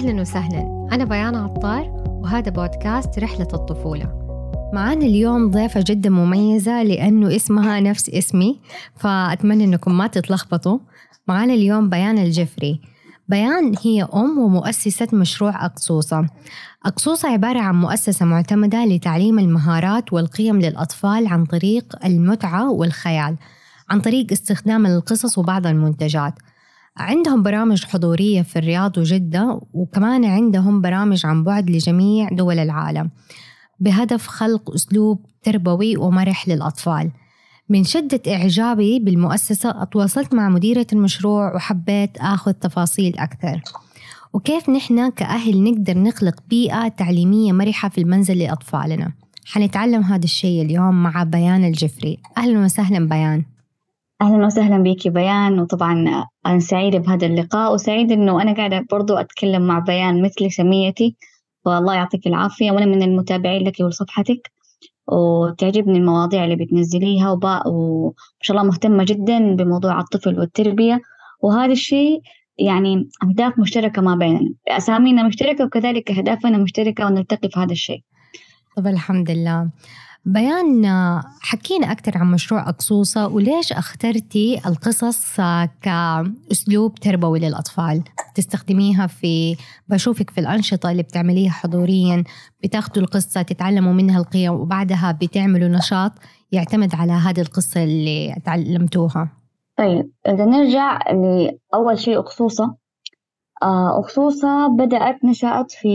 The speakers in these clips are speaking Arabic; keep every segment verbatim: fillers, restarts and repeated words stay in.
أهلاً وسهلاً، أنا بيان عطار وهذا بودكاست رحلة الطفولة. معانا اليوم ضيفة جدا مميزة لأنه اسمها نفس اسمي، فأتمنى أنكم ما تتلخبطوا. معانا اليوم بيان الجفري. بيان هي أم ومؤسسة مشروع أقصوصة. أقصوصة عبارة عن مؤسسة معتمدة لتعليم المهارات والقيم للأطفال عن طريق المتعة والخيال، عن طريق استخدام القصص وبعض المنتجات. عندهم برامج حضورية في الرياض وجدة، وكمان عندهم برامج عن بعد لجميع دول العالم بهدف خلق أسلوب تربوي ومرح للأطفال. من شدة إعجابي بالمؤسسة أتواصلت مع مديرة المشروع وحبيت أخذ تفاصيل أكثر، وكيف نحن كأهل نقدر نخلق بيئة تعليمية مرحة في المنزل لأطفالنا. حنتعلم هذا الشيء اليوم مع بيان الجفري. أهلا وسهلا بيان. أهلا وسهلا بيكي بيان، وطبعا أنا سعيدة بهذا اللقاء، وسعيدة إنه أنا قاعدة برضو أتكلم مع بيان مثل سميتي، والله يعطيك العافية. وأنا من المتابعين لك ولصفحتك، وتعجبني المواضيع اللي بتنزليها، وبا وما شاء الله مهتمة جدا بموضوع الطفل والتربية، وهذا الشيء يعني أهداف مشتركة ما بيننا، أسامينا مشتركة وكذلك أهدافنا مشتركة، ونلتقي في هذا الشيء. طب الحمد لله. بيان، حكينا أكثر عن مشروع أقصوصة وليش اخترتي القصص كأسلوب تربوي للأطفال تستخدميها في، بشوفك في الأنشطة اللي بتعمليها حضوريا، بتاخدوا القصة تتعلموا منها القيم وبعدها بتعملوا نشاط يعتمد على هذه القصة اللي تعلمتوها. طيب إذا نرجع لأول شيء أقصوصة، أقصوصة بدأت نشأت في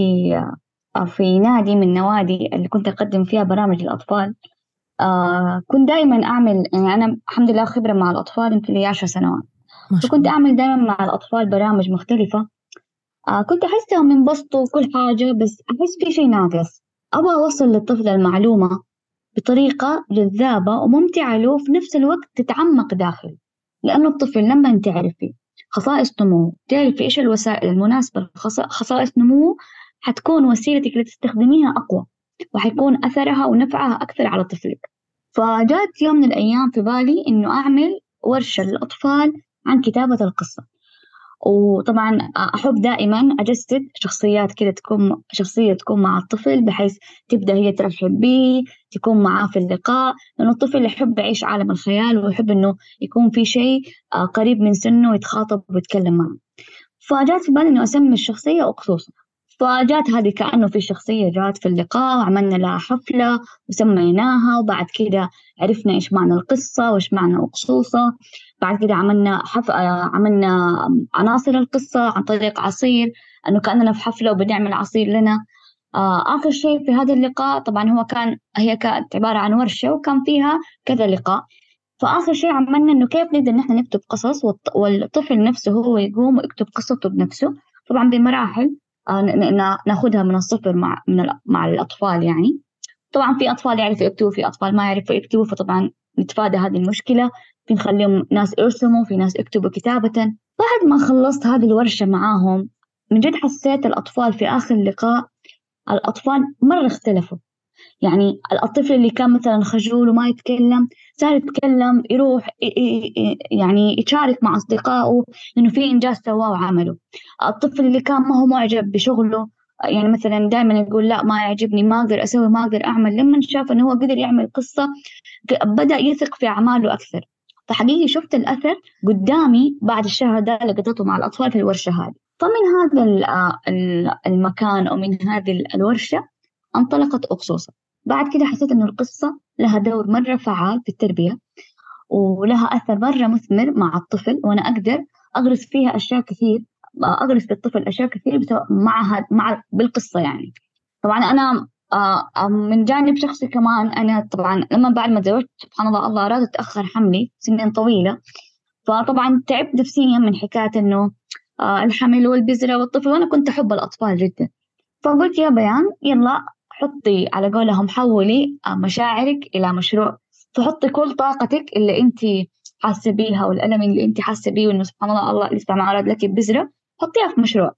في نادي من نوادي اللي كنت أقدم فيها برامج للأطفال. آه كنت دائما أعمل، يعني أنا الحمد لله خبرة مع الأطفال يمكن لي عشر سنوات، ما شاء فكنت الله. أعمل دائما مع الأطفال برامج مختلفة. آه كنت أحسهم ينبسطوا وكل حاجة، بس أحس في شيء ناقص. أبغى أوصل للطفل المعلومة بطريقة جذابة وممتعة له، في نفس الوقت تتعمق داخل، لأنه الطفل لما تعرفي خصائص نموه، تعرفي إيش الوسائل المناسبة لخصائص نموه، حتكون وسيلتك اللي تستخدميها أقوى، وحيكون أثرها ونفعها أكثر على طفلك. فجاءت يوم من الأيام في بالي إنه أعمل ورشة للأطفال عن كتابة القصة. وطبعا أحب دائما أجسد شخصيات كده، تكون شخصية تكون مع الطفل بحيث تبدأ هي ترحب به، تكون معاه في اللقاء، لأنه الطفل يحب يعيش عالم الخيال، ويحب إنه يكون في شيء قريب من سنه ويتخاطب ويتكلم معه. فجات في بالي إنه أسمي الشخصية أقصوصة. فجات هذه كأنه في شخصية جات في اللقاء، وعملنا لها حفلة وسميناها، وبعد كده عرفنا إيش معنى القصة وإيش معنى أقصوصة. بعد كده عملنا حف... عملنا عناصر القصة عن طريق عصير، أنه كأننا في حفلة وبنعمل عصير لنا. آه آخر شيء في هذا اللقاء، طبعا هو كان هي كانت عبارة عن ورشة وكان فيها كذا لقاء. فآخر شيء عملنا إنه كيف نقدر نحن نكتب قصص، والط- والطفل نفسه هو يقوم ويكتب قصته بنفسه، طبعا بمراحل. آه ن- ن- ناخدها من الصفر مع من ال- مع الأطفال يعني. طبعا في أطفال يعرفوا يكتبوا، في أطفال ما يعرفوا يكتبوا، فطبعا نتفادى هذه المشكلة، بنخليهم ناس يرسموا، في ناس يكتبوا كتابة. بعد ما خلصت هذه الورشة معاهم، من جد حسيت الأطفال في آخر اللقاء، الأطفال مرة اختلفوا. يعني الطفل اللي كان مثلا خجول وما يتكلم صار يتكلم، يروح يعني يشارك مع أصدقائه إنه في إنجاز سواه وعمله. الطفل اللي كان ما هو معجب بشغله، يعني مثلا دائما يقول لا ما يعجبني، ما أقدر أسوي، ما أقدر أعمل، لما شاف إنه هو قدر يعمل قصة بدأ يثق في أعماله أكثر. فحقيقي شفت الأثر قدامي بعد الشهر ده اللي قضيته مع الأطفال في الورشة هذه. فمن هذا المكان أو من هذه الورشة انطلقت أقصوصة. بعد كده حسيت إنه القصة لها دور مرة فعال في التربية، ولها أثر مرة مثمر مع الطفل، وأنا أقدر أغرس فيها أشياء كثير، أغرس في الطفل أشياء كثير معها مع بالقصة يعني. طبعا أنا آه من جانب شخصي كمان، أنا طبعا لما بعد ما تزوجت سبحان الله الله أراد أتأخر حملي سنين طويلة، فطبعا تعبت نفسيا من حكاية إنه آه الحمل والبذرة والطفل، وأنا كنت أحب الأطفال جدا. فقلت يا بيان يلا حطي على قولهم، حولي مشاعرك إلى مشروع، فحطي كل طاقتك اللي أنت حاسة بيها والألم اللي أنت حاسة بيه، وإنه سبحان الله الله لسه ما أراد لك بذرة، حطيها في مشروع.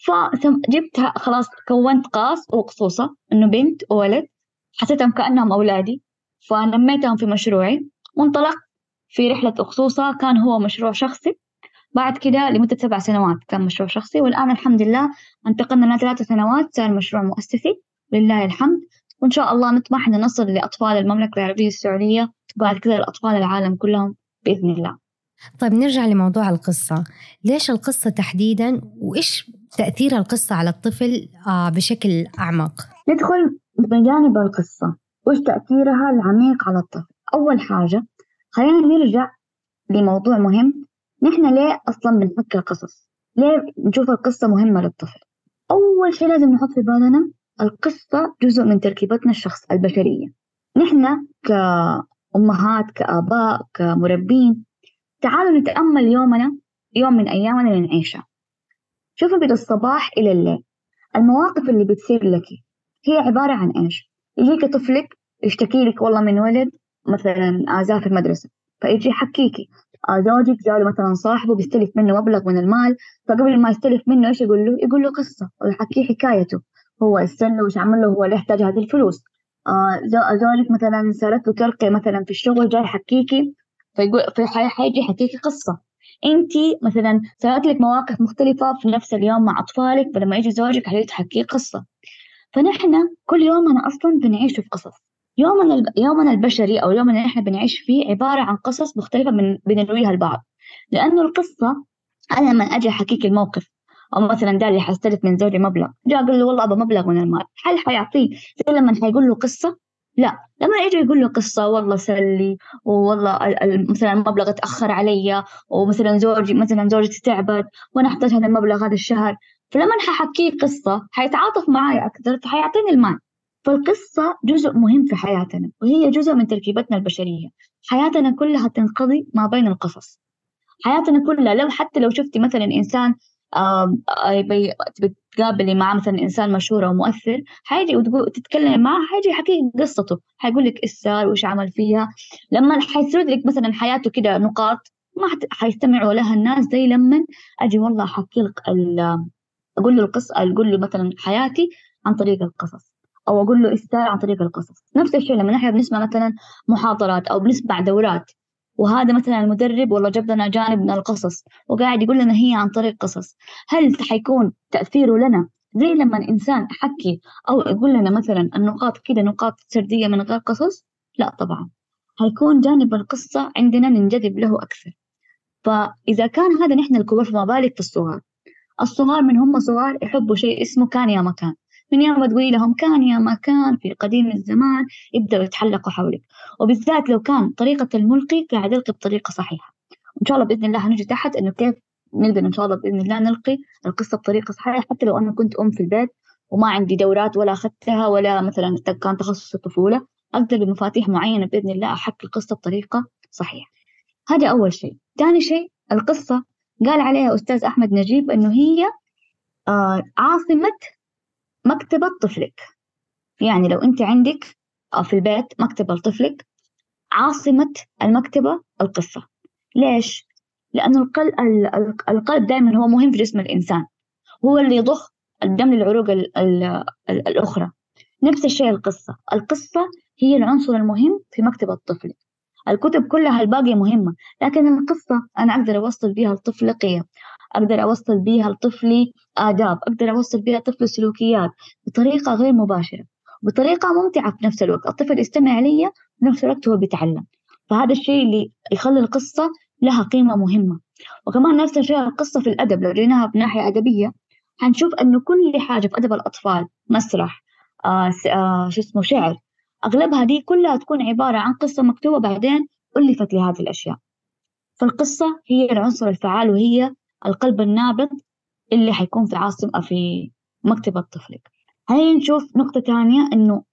فجبتها خلاص، كونت قاص وقصوصة إنه بنت وولد، حسيتهم كأنهم أولادي، فنميتهم في مشروعي وانطلقت في رحلة أقصوصة. كان هو مشروع شخصي، بعد كده لمدة سبع سنوات كان مشروع شخصي، والآن الحمد لله انتقلنا من ثلاث سنوات صار مشروع مؤسسي لله الحمد. وإن شاء الله نطمح أن نصل لأطفال المملكة العربية السعودية وبعد كده لأطفال العالم كلهم بإذن الله. طيب نرجع لموضوع القصة. ليش القصة تحديداً وإيش تأثير القصة على الطفل آه بشكل أعمق؟ ندخل بجانب القصة وإيش تأثيرها العميق على الطفل. أول حاجة خلينا نرجع لموضوع مهم، نحن ليه أصلا بنحكي القصص؟ ليه نشوف القصة مهمة للطفل؟ أول شيء لازم نحط في بالنا القصة جزء من تركيبتنا الشخص البشرية. نحن كأمهات كآباء كمربين، تعالوا نتأمل يومنا، يوم من أيامنا اللي نعيشها. شوفوا من الصباح إلى الليل المواقف اللي بتصير لك هي عبارة عن إيش؟ يجيك طفلك يشتكي لك والله من ولد مثلا آذاه في المدرسة، فيجي يحكيكي. آه زوجك جاله مثلا صاحبه بيستلف منه مبلغ من المال، فقبل ما يستلف منه إيش يقول له؟ يقول له قصة ويحكي حكايته، هو استنى وش عمل له، هو اللي يحتاج هذه الفلوس. آه زوجك مثلا صارت له ترقية مثلا في الشغل، جاي يحكيكي، فيقول في حيجي يحكيكي قصة. انتي مثلا صارت لك مواقف مختلفة في نفس اليوم مع أطفالك، فلما يجي زوجك حيحكي قصة. فنحن كل يومنا أصلا بنعيش في قصص. يومنا الب... يومنا البشري أو يومنا اللي نحن بنعيش فيه عبارة عن قصص مختلفة من بنرويها البعض. لأنه القصة، أنا لما أجي أحكيك الموقف، أو مثلا ده اللي حستلف من زوجي مبلغ، جاء قال له والله أبغى مبلغ من المال، هل حيعطيه زي لما حيقول له قصة؟ لا، لما يجي يقول له قصة والله سلي، والله ال- ال- مثلا المبلغ اتأخر علي، ومثلا زوجي مثلا زوجتي تعبت وأنا أحتاج هذا المبلغ هذا الشهر، فلما ححكيه قصة حيتعاطف معي أكثر فحيعطيني المال. فالقصة جزء مهم في حياتنا وهي جزء من تركيبتنا البشرية. حياتنا كلها تنقضي ما بين القصص. حياتنا كلها، لو حتى لو شفتي مثلا إنسان آه بتقابلي معه مثلا إنسان مشهور أو مؤثر، حيجي وتقول تتكلم معه، حيجي يحكي قصته، حيقول لك إيش صار وإيش عمل فيها. لما حيسرد لك مثلا حياته كده نقاط، ما حت- حيستمعوا لها الناس زي لما أجي والله أحكي لك ال- أقول له القصة، أقول له مثلا حياتي عن طريق القصص، أو أقول له إيش صار عن طريق القصص. نفس الشيء لما نحن بنسمع مثلا محاضرات أو بنسمع دورات، وهذا مثلا المدرب والله جاب لنا جانب من القصص وقاعد يقول لنا هي عن طريق قصص، هل حيكون تأثيره لنا زي لما إنسان حكي أو يقول لنا مثلا النقاط كده نقاط سردية من غير قصص؟ لا طبعا، هيكون جانب القصة عندنا ننجذب له أكثر. فإذا كان هذا نحن الكبار، فما بالك في الصغار. الصغار من هم صغار يحبوا شيء اسمه كان يا مكان. من يوم ما تقولي لهم كان يا مكان في قديم الزمان يبدأوا يتحلقوا حولك، وبالذات لو كان طريقة الملقي قاعد يلقي بطريقة صحيحة. وإن شاء الله بإذن الله هنجي تحت إنه كيف نقدر إن شاء الله بإذن الله نلقي القصة بطريقة صحيحة. حتى لو أنا كنت أم في البيت وما عندي دورات ولا أخذتها ولا مثلا كان تخصص الطفولة، أقدر بمفاتيح معينة بإذن الله أحكي القصة بطريقة صحيحة. هذا أول شيء. ثاني شيء، القصة قال عليها أستاذ أحمد نجيب إنه هي آه عاصمة مكتبة طفلك. يعني لو أنت عندك آه في البيت مكتبة لطفلك، عاصمة المكتبة القصة. ليش؟ لأنه القلب, القلب دائما هو مهم في جسم الإنسان، هو اللي يضخ الدم للعروق ال ال ال الأخرى. نفس الشيء القصة، القصة هي العنصر المهم في مكتبة طفلك. الكتب كلها الباقية مهمة، لكن القصة أنا أقدر أوصل بيها لطفل قيم، أقدر أوصل بيها لطفلي آداب، أقدر أوصل بيها لطفل سلوكيات بطريقة غير مباشرة، بطريقة ممتعة في نفس الوقت. الطفل يستمع لي في نفس الوقت هو بيتعلم. فهذا الشيء اللي يخلي القصة لها قيمة مهمة. وكمان نفس الشيء القصة في الأدب، لو جيناها بناحية أدبية حنشوف أنه كل حاجة في أدب الأطفال، مسرح آه آه شو اسمه شعر، أغلبها دي كلها تكون عبارة عن قصة مكتوبة بعدين ألفت لهذه الأشياء. فالقصة هي العنصر الفعال وهي القلب النابض اللي حيكون في عاصمة في مكتبة طفلك. هاي نشوف نقطة تانية، إنه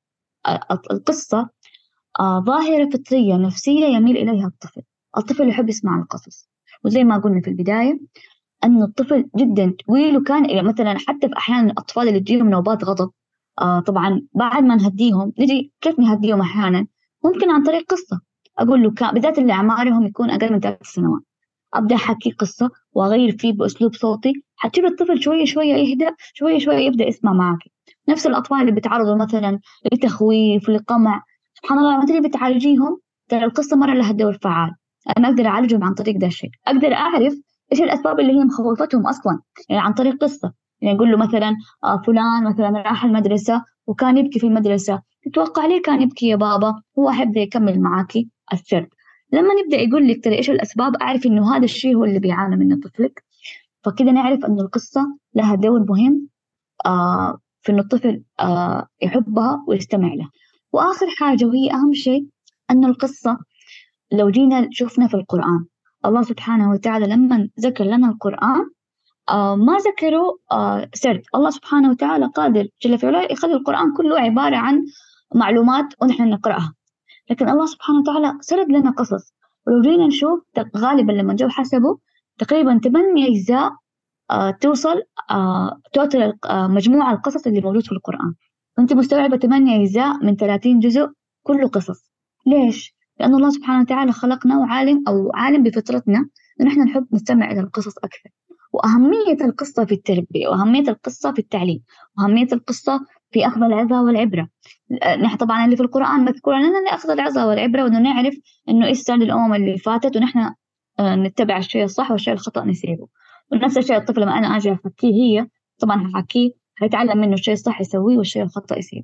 القصة آه ظاهرة فطرية نفسية يميل إليها الطفل. الطفل يحب يسمع القصص، وزي ما قلنا في البداية أن الطفل جدا طويل، وكان مثلا حتى في أحيان الأطفال اللي تجيهم نوبات غضب، آه طبعا بعد ما نهديهم نجي كيف نهديهم أحيانا؟ ممكن عن طريق قصة. أقول له كان بالذات اللي أعمارهم يكون أقل من ثلاث سنوات، أبدأ أحكي قصة وأغير فيه بأسلوب صوتي، حتشوف الطفل شوية شوية يهدأ، شوية شوية يبدأ يسمع معك. نفس الأطفال اللي بيتعرضوا مثلا لتخويف لقمع، سبحان الله لما تيجي بتعالجيهم ترى القصة مرة لها دور فعال. أنا أقدر أعالجهم عن طريق ده الشيء. أقدر أعرف إيش الأسباب اللي هي مخوفتهم أصلا، يعني عن طريق قصة. يعني يقول له مثلا آه فلان مثلا راح المدرسة وكان يبكي في المدرسة، تتوقع ليه كان يبكي يا بابا؟ هو أحب يكمل معاكي السرد. لما نبدأ يقول لك ترى إيش الأسباب، أعرف إنه هذا الشيء هو اللي بيعاني منه طفلك، فكده نعرف إنه القصة لها دور مهم آه في إنه الطفل آه يحبها ويستمع لها. وآخر حاجة وهي أهم شيء، أن القصة لو جينا شفنا في القرآن، الله سبحانه وتعالى لما ذكر لنا القرآن آه ما ذكروا آه سرد. الله سبحانه وتعالى قادر جل في علاه يخلي القرآن كله عبارة عن معلومات ونحن نقرأها، لكن الله سبحانه وتعالى سرد لنا قصص. ولو جينا نشوف غالبا لما جو حسبوا تقريبا ثمانية أجزاء آه توصل آه توتل آه مجموع القصص اللي موجود في القرآن. فأنت مستوعبة ثمانية أجزاء من ثلاثين جزء كله قصص. ليش؟ لأن الله سبحانه وتعالى خلقنا وعالم أو عالم بفطرتنا إن إحنا نحب نستمع إلى القصص أكثر. وأهمية القصة في التربية، وأهمية القصة في التعليم، وأهمية القصة في أخذ العظة والعبرة. نحن طبعا اللي في القرآن مذكور لنا نأخذ العظة والعبرة، وإنه نعرف إنه إيش صار للأمم اللي فاتت، ونحن نتبع الشيء الصح والشيء الخطأ نسيبه. ونفس الشيء الطفل لما أنا أجي أحكيه هي طبعا هحكيه هيتعلم منه الشيء الصح يسويه والشيء الخطأ يسيبه.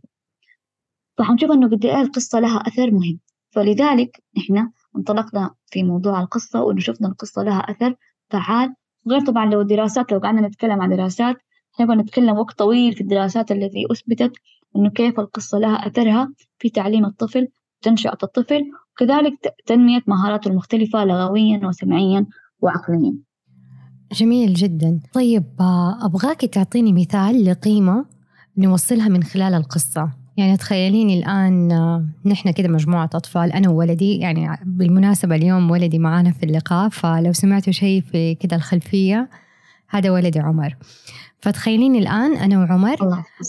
فحنشوف إنه قد إيه القصة لها أثر مهم. فلذلك إحنا انطلقنا في موضوع القصة، وإنه شفنا القصة لها أثر فعال. غير طبعا لو الدراسات، لو قعدنا نتكلم عن دراسات نبغى نتكلم وقت طويل في الدراسات التي أثبتت إنه كيف القصة لها أثرها في تعليم الطفل، تنشئة الطفل، وكذلك تنمية مهاراته المختلفة لغويا وسمعيا وعقليا. جميل جدا. طيب أبغاك تعطيني مثال لقيمة نوصلها من خلال القصة. يعني تخيليني الآن نحن كده مجموعة أطفال أنا وولدي، يعني بالمناسبة اليوم ولدي معانا في اللقاء، فلو سمعتوا شيء في كده الخلفية هذا ولدي عمر. فتخيليني الآن أنا وعمر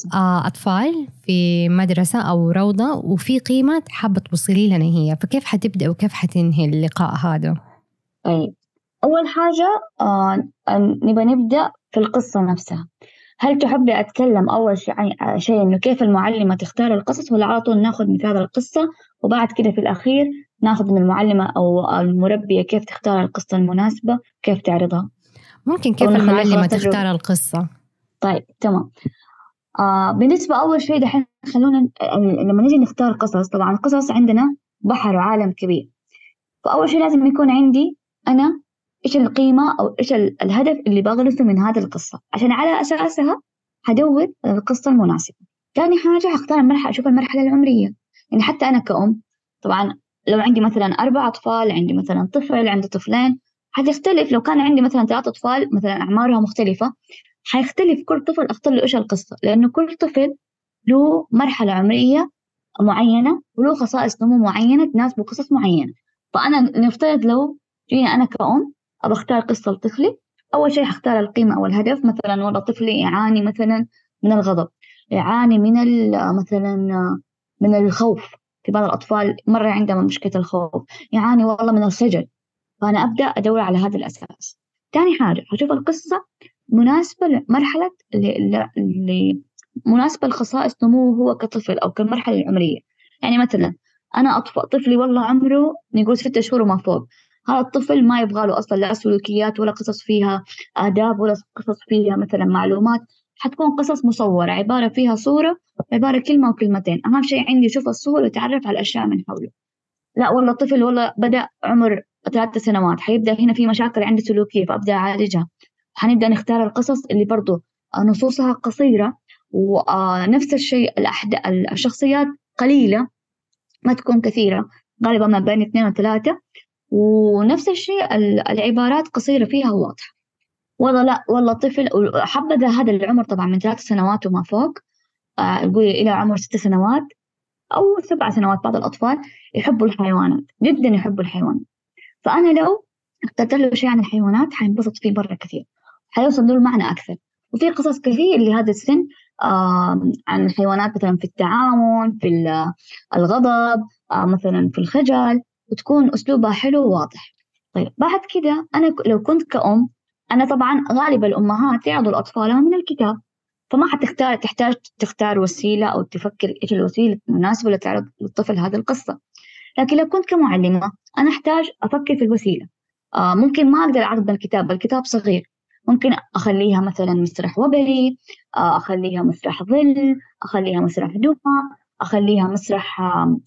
أطفال في مدرسة أو روضة، وفي قيمة حابة توصلي لنا هي، فكيف حتبدأ وكيف حتنهي اللقاء هذا؟ طيب أول حاجة آه نبى نبدأ في القصة نفسها. هل تحبي أتكلم أول شيء شيء إنه كيف المعلمة تختار القصص، ولا على طول ناخذ مثال القصة وبعد كده في الأخير ناخذ من المعلمة أو المربية كيف تختار القصة المناسبة كيف تعرضها؟ ممكن كيف المعلمة تختار القصة. طيب تمام. آه بالنسبة أول شيء دحين خلونا لما نيجي نختار قصص، طبعا القصص عندنا بحر وعالم كبير. فأول شيء لازم يكون عندي أنا إيش القيمة أو إيش الهدف اللي بغرسه من هذه القصة، عشان على أساسها هدور القصة المناسبة. ثاني حاجة هختار المرحلة، أشوف المرحلة العمرية. يعني حتى أنا كأم طبعا لو عندي مثلا أربع أطفال، عندي مثلا طفل، عندي طفلين، هتختلف. لو كان عندي مثلا ثلاثة أطفال مثلا أعمارها مختلفة، هيختلف كل طفل أختار له إيش القصة، لأنه كل طفل له مرحلة عمرية معينة وله خصائص نمو معينة تناسب قصص معينة. فأنا نفترض لو جينا أنا كأم أبى أختار قصة لطفلي، أول شيء هختار القيمة أو الهدف. مثلا والله طفلي يعاني مثلا من الغضب، يعاني من مثلا من الخوف، في بعض الأطفال مرة عندهم مشكلة الخوف، يعاني والله من الخجل. فأنا أبدأ أدور على هذا الأساس. تاني حاجة هشوف القصة مناسبة لمرحلة اللي, اللي مناسبة لخصائص نموه هو كطفل أو كالمرحلة العمرية. يعني مثلا أنا أطفال طفلي والله عمره نقول ستة شهور وما فوق، هذا الطفل ما يبغى له أصلا لا سلوكيات ولا قصص فيها آداب ولا قصص فيها مثلا معلومات، حتكون قصص مصورة عبارة فيها صورة، عبارة كلمة وكلمتين. أهم شيء عندي يشوف الصور ويتعرف على الأشياء من حوله. لا والله طفل والله بدأ عمر ثلاث سنوات، حيبدأ هنا في مشاكل عندي سلوكية فأبدأ أعالجها. حنبدأ نختار القصص اللي برضو نصوصها قصيرة، ونفس الشيء الأحد... الشخصيات قليلة ما تكون كثيرة، غالبا ما بين اثنين وثلاثة، ونفس الشيء العبارات قصيرة فيها واضحة. والله لا والله طفل حبذا هذا العمر طبعا من ثلاث سنوات وما فوق، نقول إلى عمر ست سنوات أو سبع سنوات. بعض الأطفال يحبوا الحيوانات جدا، يحبوا الحيوانات، فأنا لو اخترت له شيء عن الحيوانات حينبسط فيه مرة كثير، حيوصل له المعنى أكثر. وفي قصص كثير لهذا السن آه عن الحيوانات، مثلا في التعاون، في الغضب، آه مثلا في الخجل، وتكون أسلوبها حلو وواضح. طيب بعد كده أنا لو كنت كأم، أنا طبعا غالب الأمهات يعطوا لأطفالها من الكتاب، فما حتختار تحتاج تختار وسيلة أو تفكر إيش الوسيلة المناسبة لتعرض للطفل هذه القصة. لكن لو كنت كمعلمة أنا أحتاج أفكر في الوسيلة. آه ممكن ما أقدر أعرض الكتاب، الكتاب صغير، ممكن أخليها مثلا مسرح وبري، آه أخليها مسرح ظل، أخليها مسرح دمى، أخليها مسرح آه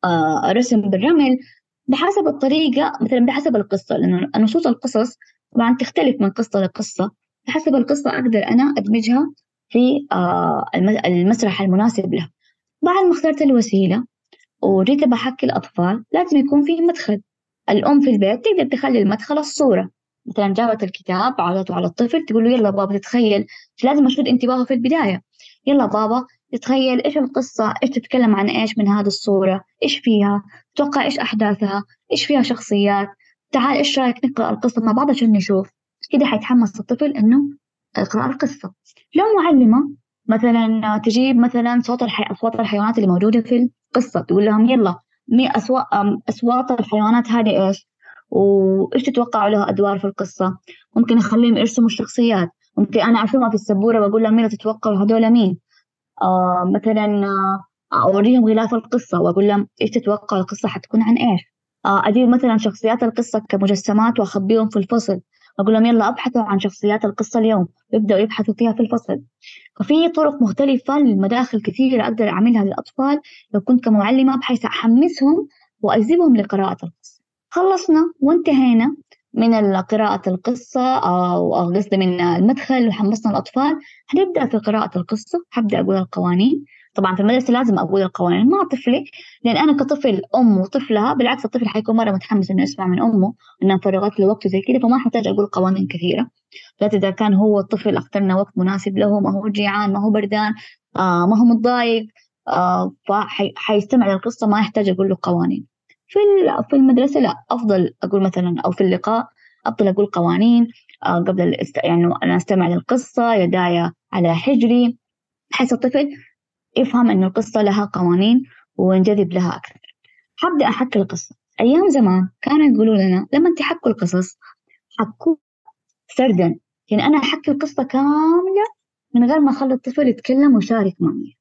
آه رسم بالرمل، بحسب الطريقة، مثلا بحسب القصة، لأنه نصوص القصص طبعا تختلف من قصة لقصة. بحسب القصة أقدر أنا أدمجها في آه المسرح المناسب له. بعد ما اخترت الوسيلة وجيت بحكي الأطفال، لازم يكون فيه مدخل. الأم في البيت تقدر تخلي المدخل الصورة، مثلا جابت الكتاب عرضته على الطفل، تقول له يلا بابا تتخيل، مش لازم أشد انتباهه في البداية، يلا بابا تتخيل إيش القصة، إيش تتكلم عن إيش من هذه الصورة، إيش فيها، تتوقع إيش أحداثها، إيش فيها شخصيات، تعال إيش رأيك نقرأ القصة مع بعض عشان نشوف. كده حيتحمس الطفل إنه يقرأ القصة. لو معلمة مثلا تجيب مثلا صوت الحي... أصوات الحيوانات اللي موجودة في قصة، تقول لهم يلا مي أصوات أصوات الحيوانات هذه إيش، وإيش تتوقعوا لها أدوار في القصة. ممكن أخليهم يرسموا الشخصيات، ممكن أنا أرسمها في السبورة وأقول لهم يلا تتوقعوا هذول مين. آه مثلا آه أوريهم غلاف القصة وأقول لهم إيش تتوقعوا القصة حتكون عن إيش. آه أجيب مثلا شخصيات القصة كمجسمات وأخبيهم في الفصل، أقول لهم يلا أبحثوا عن شخصيات القصة اليوم، يبدأوا يبحثوا فيها في الفصل. ففي طرق مختلفة للمداخل كثيرة أقدر أعملها للأطفال لو كنت كمعلمة، بحيث أحمسهم وأجذبهم لقراءة القصة. خلصنا وانتهينا من قراءة القصة أو أو قصدي من المدخل، وحمسنا الأطفال، هنبدأ في قراءة القصة. هبدأ أقول القوانين. طبعا في المدرسة لازم أقول القوانين مع طفلي، لأن أنا كطفل أم وطفلها، بالعكس الطفل حيكون مرة متحمس إنه يسمع من أمه إنها فرغت له وقت زي كده، فما حتاج أقول قوانين كثيرة. ذات إذا كان هو الطفل اخترنا وقت مناسب له، ما هو جيعان، ما هو بردان، آه ما هو متضايق، آه فحيستمع للقصة، ما يحتاج أقول له قوانين. في في المدرسة لا، أفضل أقول مثلا، أو في اللقاء أفضل أقول قوانين آه قبل الاست... يعني أنا أستمع للقصة يداي على حجري، بحيث الطفل يفهم إنه القصة لها قوانين وينجذب لها أكثر. حبدأ أحكي القصة. أيام زمان كانوا يقولوا لنا لما تحكوا القصص حكوا سردا، يعني أنا أحكي القصة كاملة من غير ما أخلي الطفل يتكلم ويشارك معي.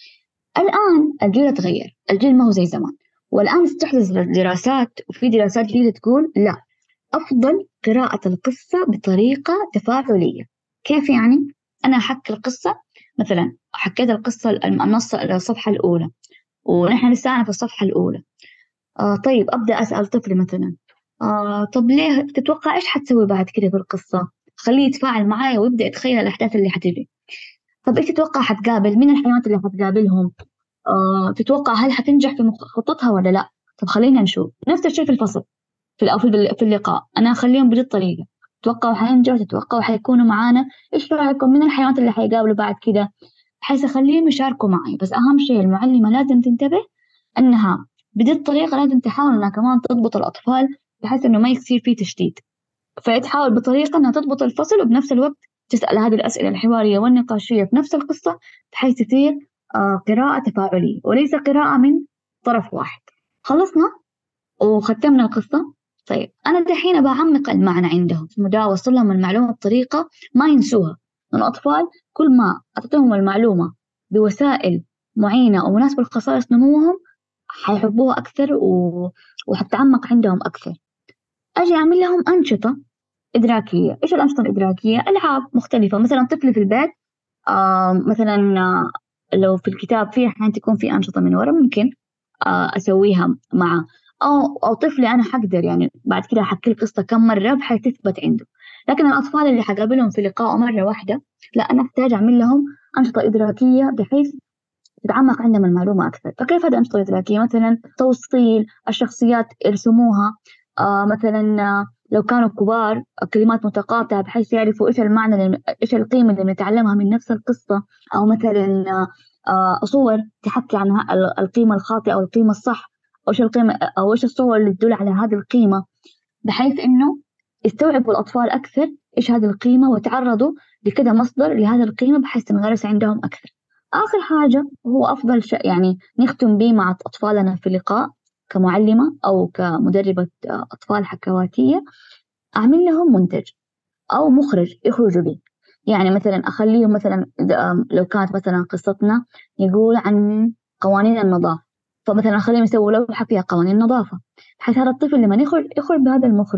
الآن الجيل تغير، الجيل ما هو زي زمان، والآن استحدث دراسات، وفي دراسات جديدة تقول لا، أفضل قراءة القصة بطريقة تفاعلية. كيف يعني؟ أنا أحكي القصة، مثلا حكيت القصة النص الصفحة الأولى ونحن لسه أنا في الصفحة الأولى، آه طيب أبدأ أسأل طفلي مثلا، آه طب ليه تتوقع إيش حتسوي بعد كده في القصة؟ خليه يتفاعل معايا ويبدأ يتخيل الأحداث اللي حتجي. طب إيش تتوقع حتقابل مين الحيوانات اللي حتقابلهم؟ آه تتوقع هل حتنجح في خطتها ولا لا؟ طب خلينا نشوف. نفس الشيء في الفصل، في أو في في اللقاء، أنا أخليهم بهذه الطريقة، تتوقعوا حينجحوا، تتوقعوا حيكونوا معانا، إيش رأيكم مين الحيوانات اللي حيقابلوا بعد كده؟ بحيث أخليهم يشاركوا معي. بس أهم شيء المعلمة لازم تنتبه أنها بهذه الطريقة لازم تحاول أنها كمان تضبط الأطفال، بحيث أنه ما يصير فيه تشتيت. فتحاول بطريقة أنها تضبط الفصل، وبنفس الوقت تسأل هذه الأسئلة الحوارية والنقاشية في نفس القصة، بحيث تصير آه قراءة تفاعلية وليس قراءة من طرف واحد. خلصنا وختمنا القصة. طيب أنا دحين بعمق المعنى عندهم، مدى أوصل لهم المعلومة بطريقة ما ينسوها. الأطفال كل ما أعطيتهم المعلومة بوسائل معينة أو مناسبة لخصائص نموهم حيحبوها أكثر و... وحتعمق عندهم أكثر. أجي أعمل لهم أنشطة إدراكية. إيش الأنشطة الإدراكية؟ ألعاب مختلفة. مثلا طفلي في البيت آه مثلا آه لو في الكتاب في أحيانا تكون في أنشطة من وراء، ممكن آه أسويها معه. أو أو طفلي أنا حقدر يعني بعد كده أحكي القصة كم مرة بحيث تثبت عنده. لكن الأطفال اللي حقابلهم في لقاء مرة واحدة، لا، أنا أحتاج أعمل لهم أنشطة إدراكية بحيث تتعمق عندهم المعلومة أكثر. فكيف هذه الأنشطة الإدراكية؟ مثلا توصيل الشخصيات، ارسموها آه مثلا آه لو كانوا كبار كلمات متقاطعة بحيث يعرفوا إيش المعنى اللي إيش القيمة اللي بنتعلمها من نفس القصة. أو مثلا آه صور تحكي عن القيمة الخاطئة أو القيمة الصح، أو إيش القيمة أو إيش الصور اللي تدل على هذه القيمة، بحيث إنه يستوعبوا الأطفال أكثر إيش هذه القيمة ويتعرضوا لكذا مصدر لهذه القيمة بحيث تنغرس عندهم أكثر. آخر حاجة هو أفضل شيء يعني نختم به مع أطفالنا في اللقاء كمعلمة أو كمدربة أطفال حكواتية، أعمل لهم منتج أو مخرج يخرجوا به. يعني مثلا أخليهم مثلا لو كانت مثلا قصتنا يقول عن قوانين النظافة، فمثلا أخليهم يسووا لوحة فيها قوانين النظافة، بحيث هذا الطفل لما يخرج يخرج بهذا المخرج،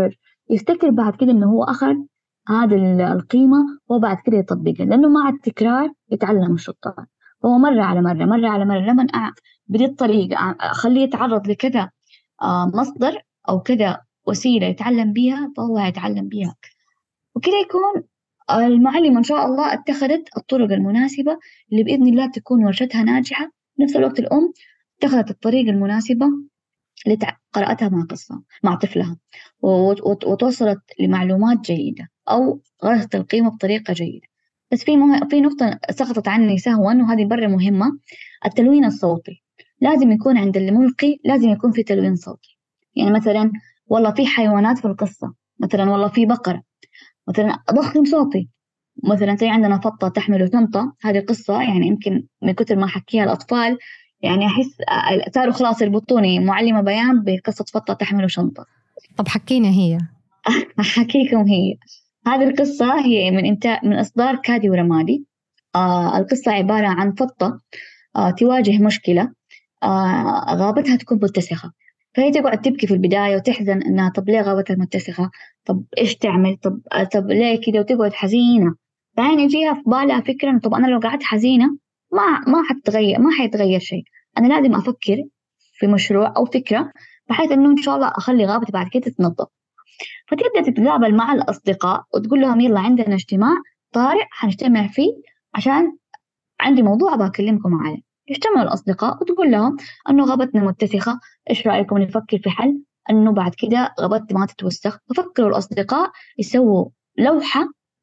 يفتكر بعد كده إنه هو أخذ هذا القيمة وبعد كده يطبقها، لأنه مع التكرار يتعلم الشطار. فهو مرة على مرة مرة على مرة لما بدي الطريقة أخليه يتعرض لكذا مصدر أو كذا وسيلة يتعلم بيها، فهو هيتعلم بيها. وكده يكون المعلمة إن شاء الله اتخذت الطرق المناسبة اللي بإذن الله تكون ورشتها ناجحة. في نفس الوقت الأم اتخذت الطريقة المناسبة اللي قرأتها مع قصة مع طفلها، وتوصلت لمعلومات جيدة أو غرست القيمة بطريقة جيدة. بس في مه... في نقطة سقطت عني سهوا، وهذه برا مهمة: التلوين الصوتي. لازم يكون عند الملقي لازم يكون في تلوين صوتي. يعني مثلا والله في حيوانات في القصة، مثلا والله في بقرة، مثلا أضخم صوتي. مثلا زي عندنا فطة تحمل شنطة، هذه قصة يعني يمكن من كتر ما حكيها الأطفال يعني أحس صاروا خلاص يربطوني معلمة بيان بقصة فطة تحمل شنطة. طب حكينا هي حكيكم هي هذه القصة هي من إنتاج من إصدار كادي ورمادي. آه القصة عبارة عن فطة آه تواجه مشكلة، آه غابتها تكون متسخة، فهي تقعد تبكي في البداية وتحزن إنها طب ليه غابتها متسخة، طب إيش تعمل، طب طب ليه كده، وتقعد حزينة. بعدين يجيها في بالها فكرة إنه طب أنا لو قعدت حزينة ما ما حتغير ما حيتغير شيء، أنا لازم أفكر في مشروع أو فكرة بحيث إنه إن شاء الله أخلي غابتي بعد كده تتنظف. فتبدأ تتقابل مع الأصدقاء وتقول لهم يلا عندنا اجتماع طارئ حنجتمع فيه عشان عندي موضوع أبغى أكلمكم عليه. يجتمعوا الأصدقاء وتقول لهم أنه غابتنا متسخة، إيش رأيكم نفكر في حل أنه بعد كده غابتنا ما تتوسخ. ففكروا الأصدقاء يسووا لوحة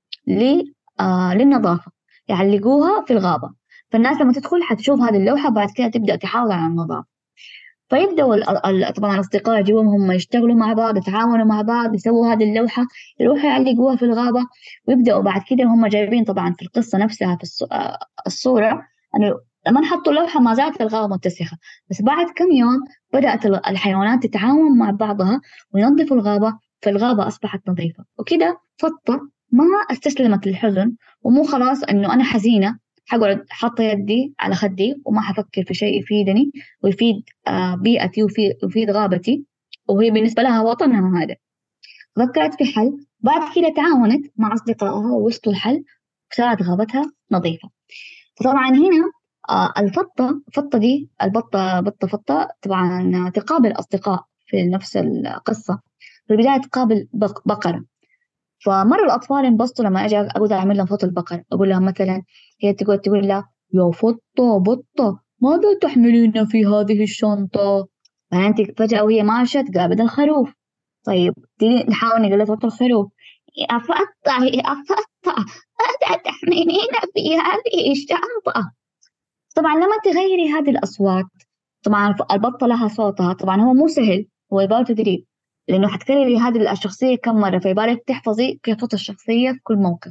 آه للنظافة يعلقوها في الغابة، فالناس لما تدخل حتشوف هذه اللوحة بعد كده تبدأ تحافظ على النظافة. فيبدأوا طبعا الأصدقاء جوهم هم يشتغلوا مع بعض، يتعاونوا مع بعض، يسووا هذه اللوحة يروحوا يعلقوها في الغابة. ويبدأوا بعد كده هم جايبين طبعا في القصة نفسها في الصورة أنه لما نحطوا اللوحة ما زالت الغابة متسخة، بس بعد كم يوم بدأت الحيوانات تتعاون مع بعضها وينظفوا الغابة، فالغابة أصبحت نظيفة. وكده فطة ما استسلمت للحزن، ومو خلاص أنه أنا حزينة حقعد حاطة يدي على خدي وما حفكر في شيء يفيدني ويفيد بيئتي ويفيد غابتي، وهي بالنسبة لها وطنها هذا. فكرت في حل، بعد كده تعاونت مع أصدقائها ووصلوا الحل وصارت غابتها نظيفة. فطبعا هنا الفطة فطة دي البطة بطة فطة طبعا تقابل أصدقاء في نفس القصة. في البداية تقابل بقرة، فمرة الأطفال انبسطوا لما أجي أقول أعمل لهم فطة البقرة. أقول لها مثلا هي تقول تقول لها يا فطة بطة ماذا تحملين في هذه الشنطة؟ فأنت فجأة وهي ماشية تقابل الخروف. طيب نحاول نقول فطة الخروف يا فطة يا فطة ماذا تحملين في هذه الشنطة؟ طبعا لما تغيري هذه الأصوات، طبعا البطة لها صوتها، طبعا هو مو سهل، هو يبغى تدريب لأنه حتكرري هذه الشخصية كم مرة، فيبالك تحفظي كيف صوت الشخصية في كل موقف.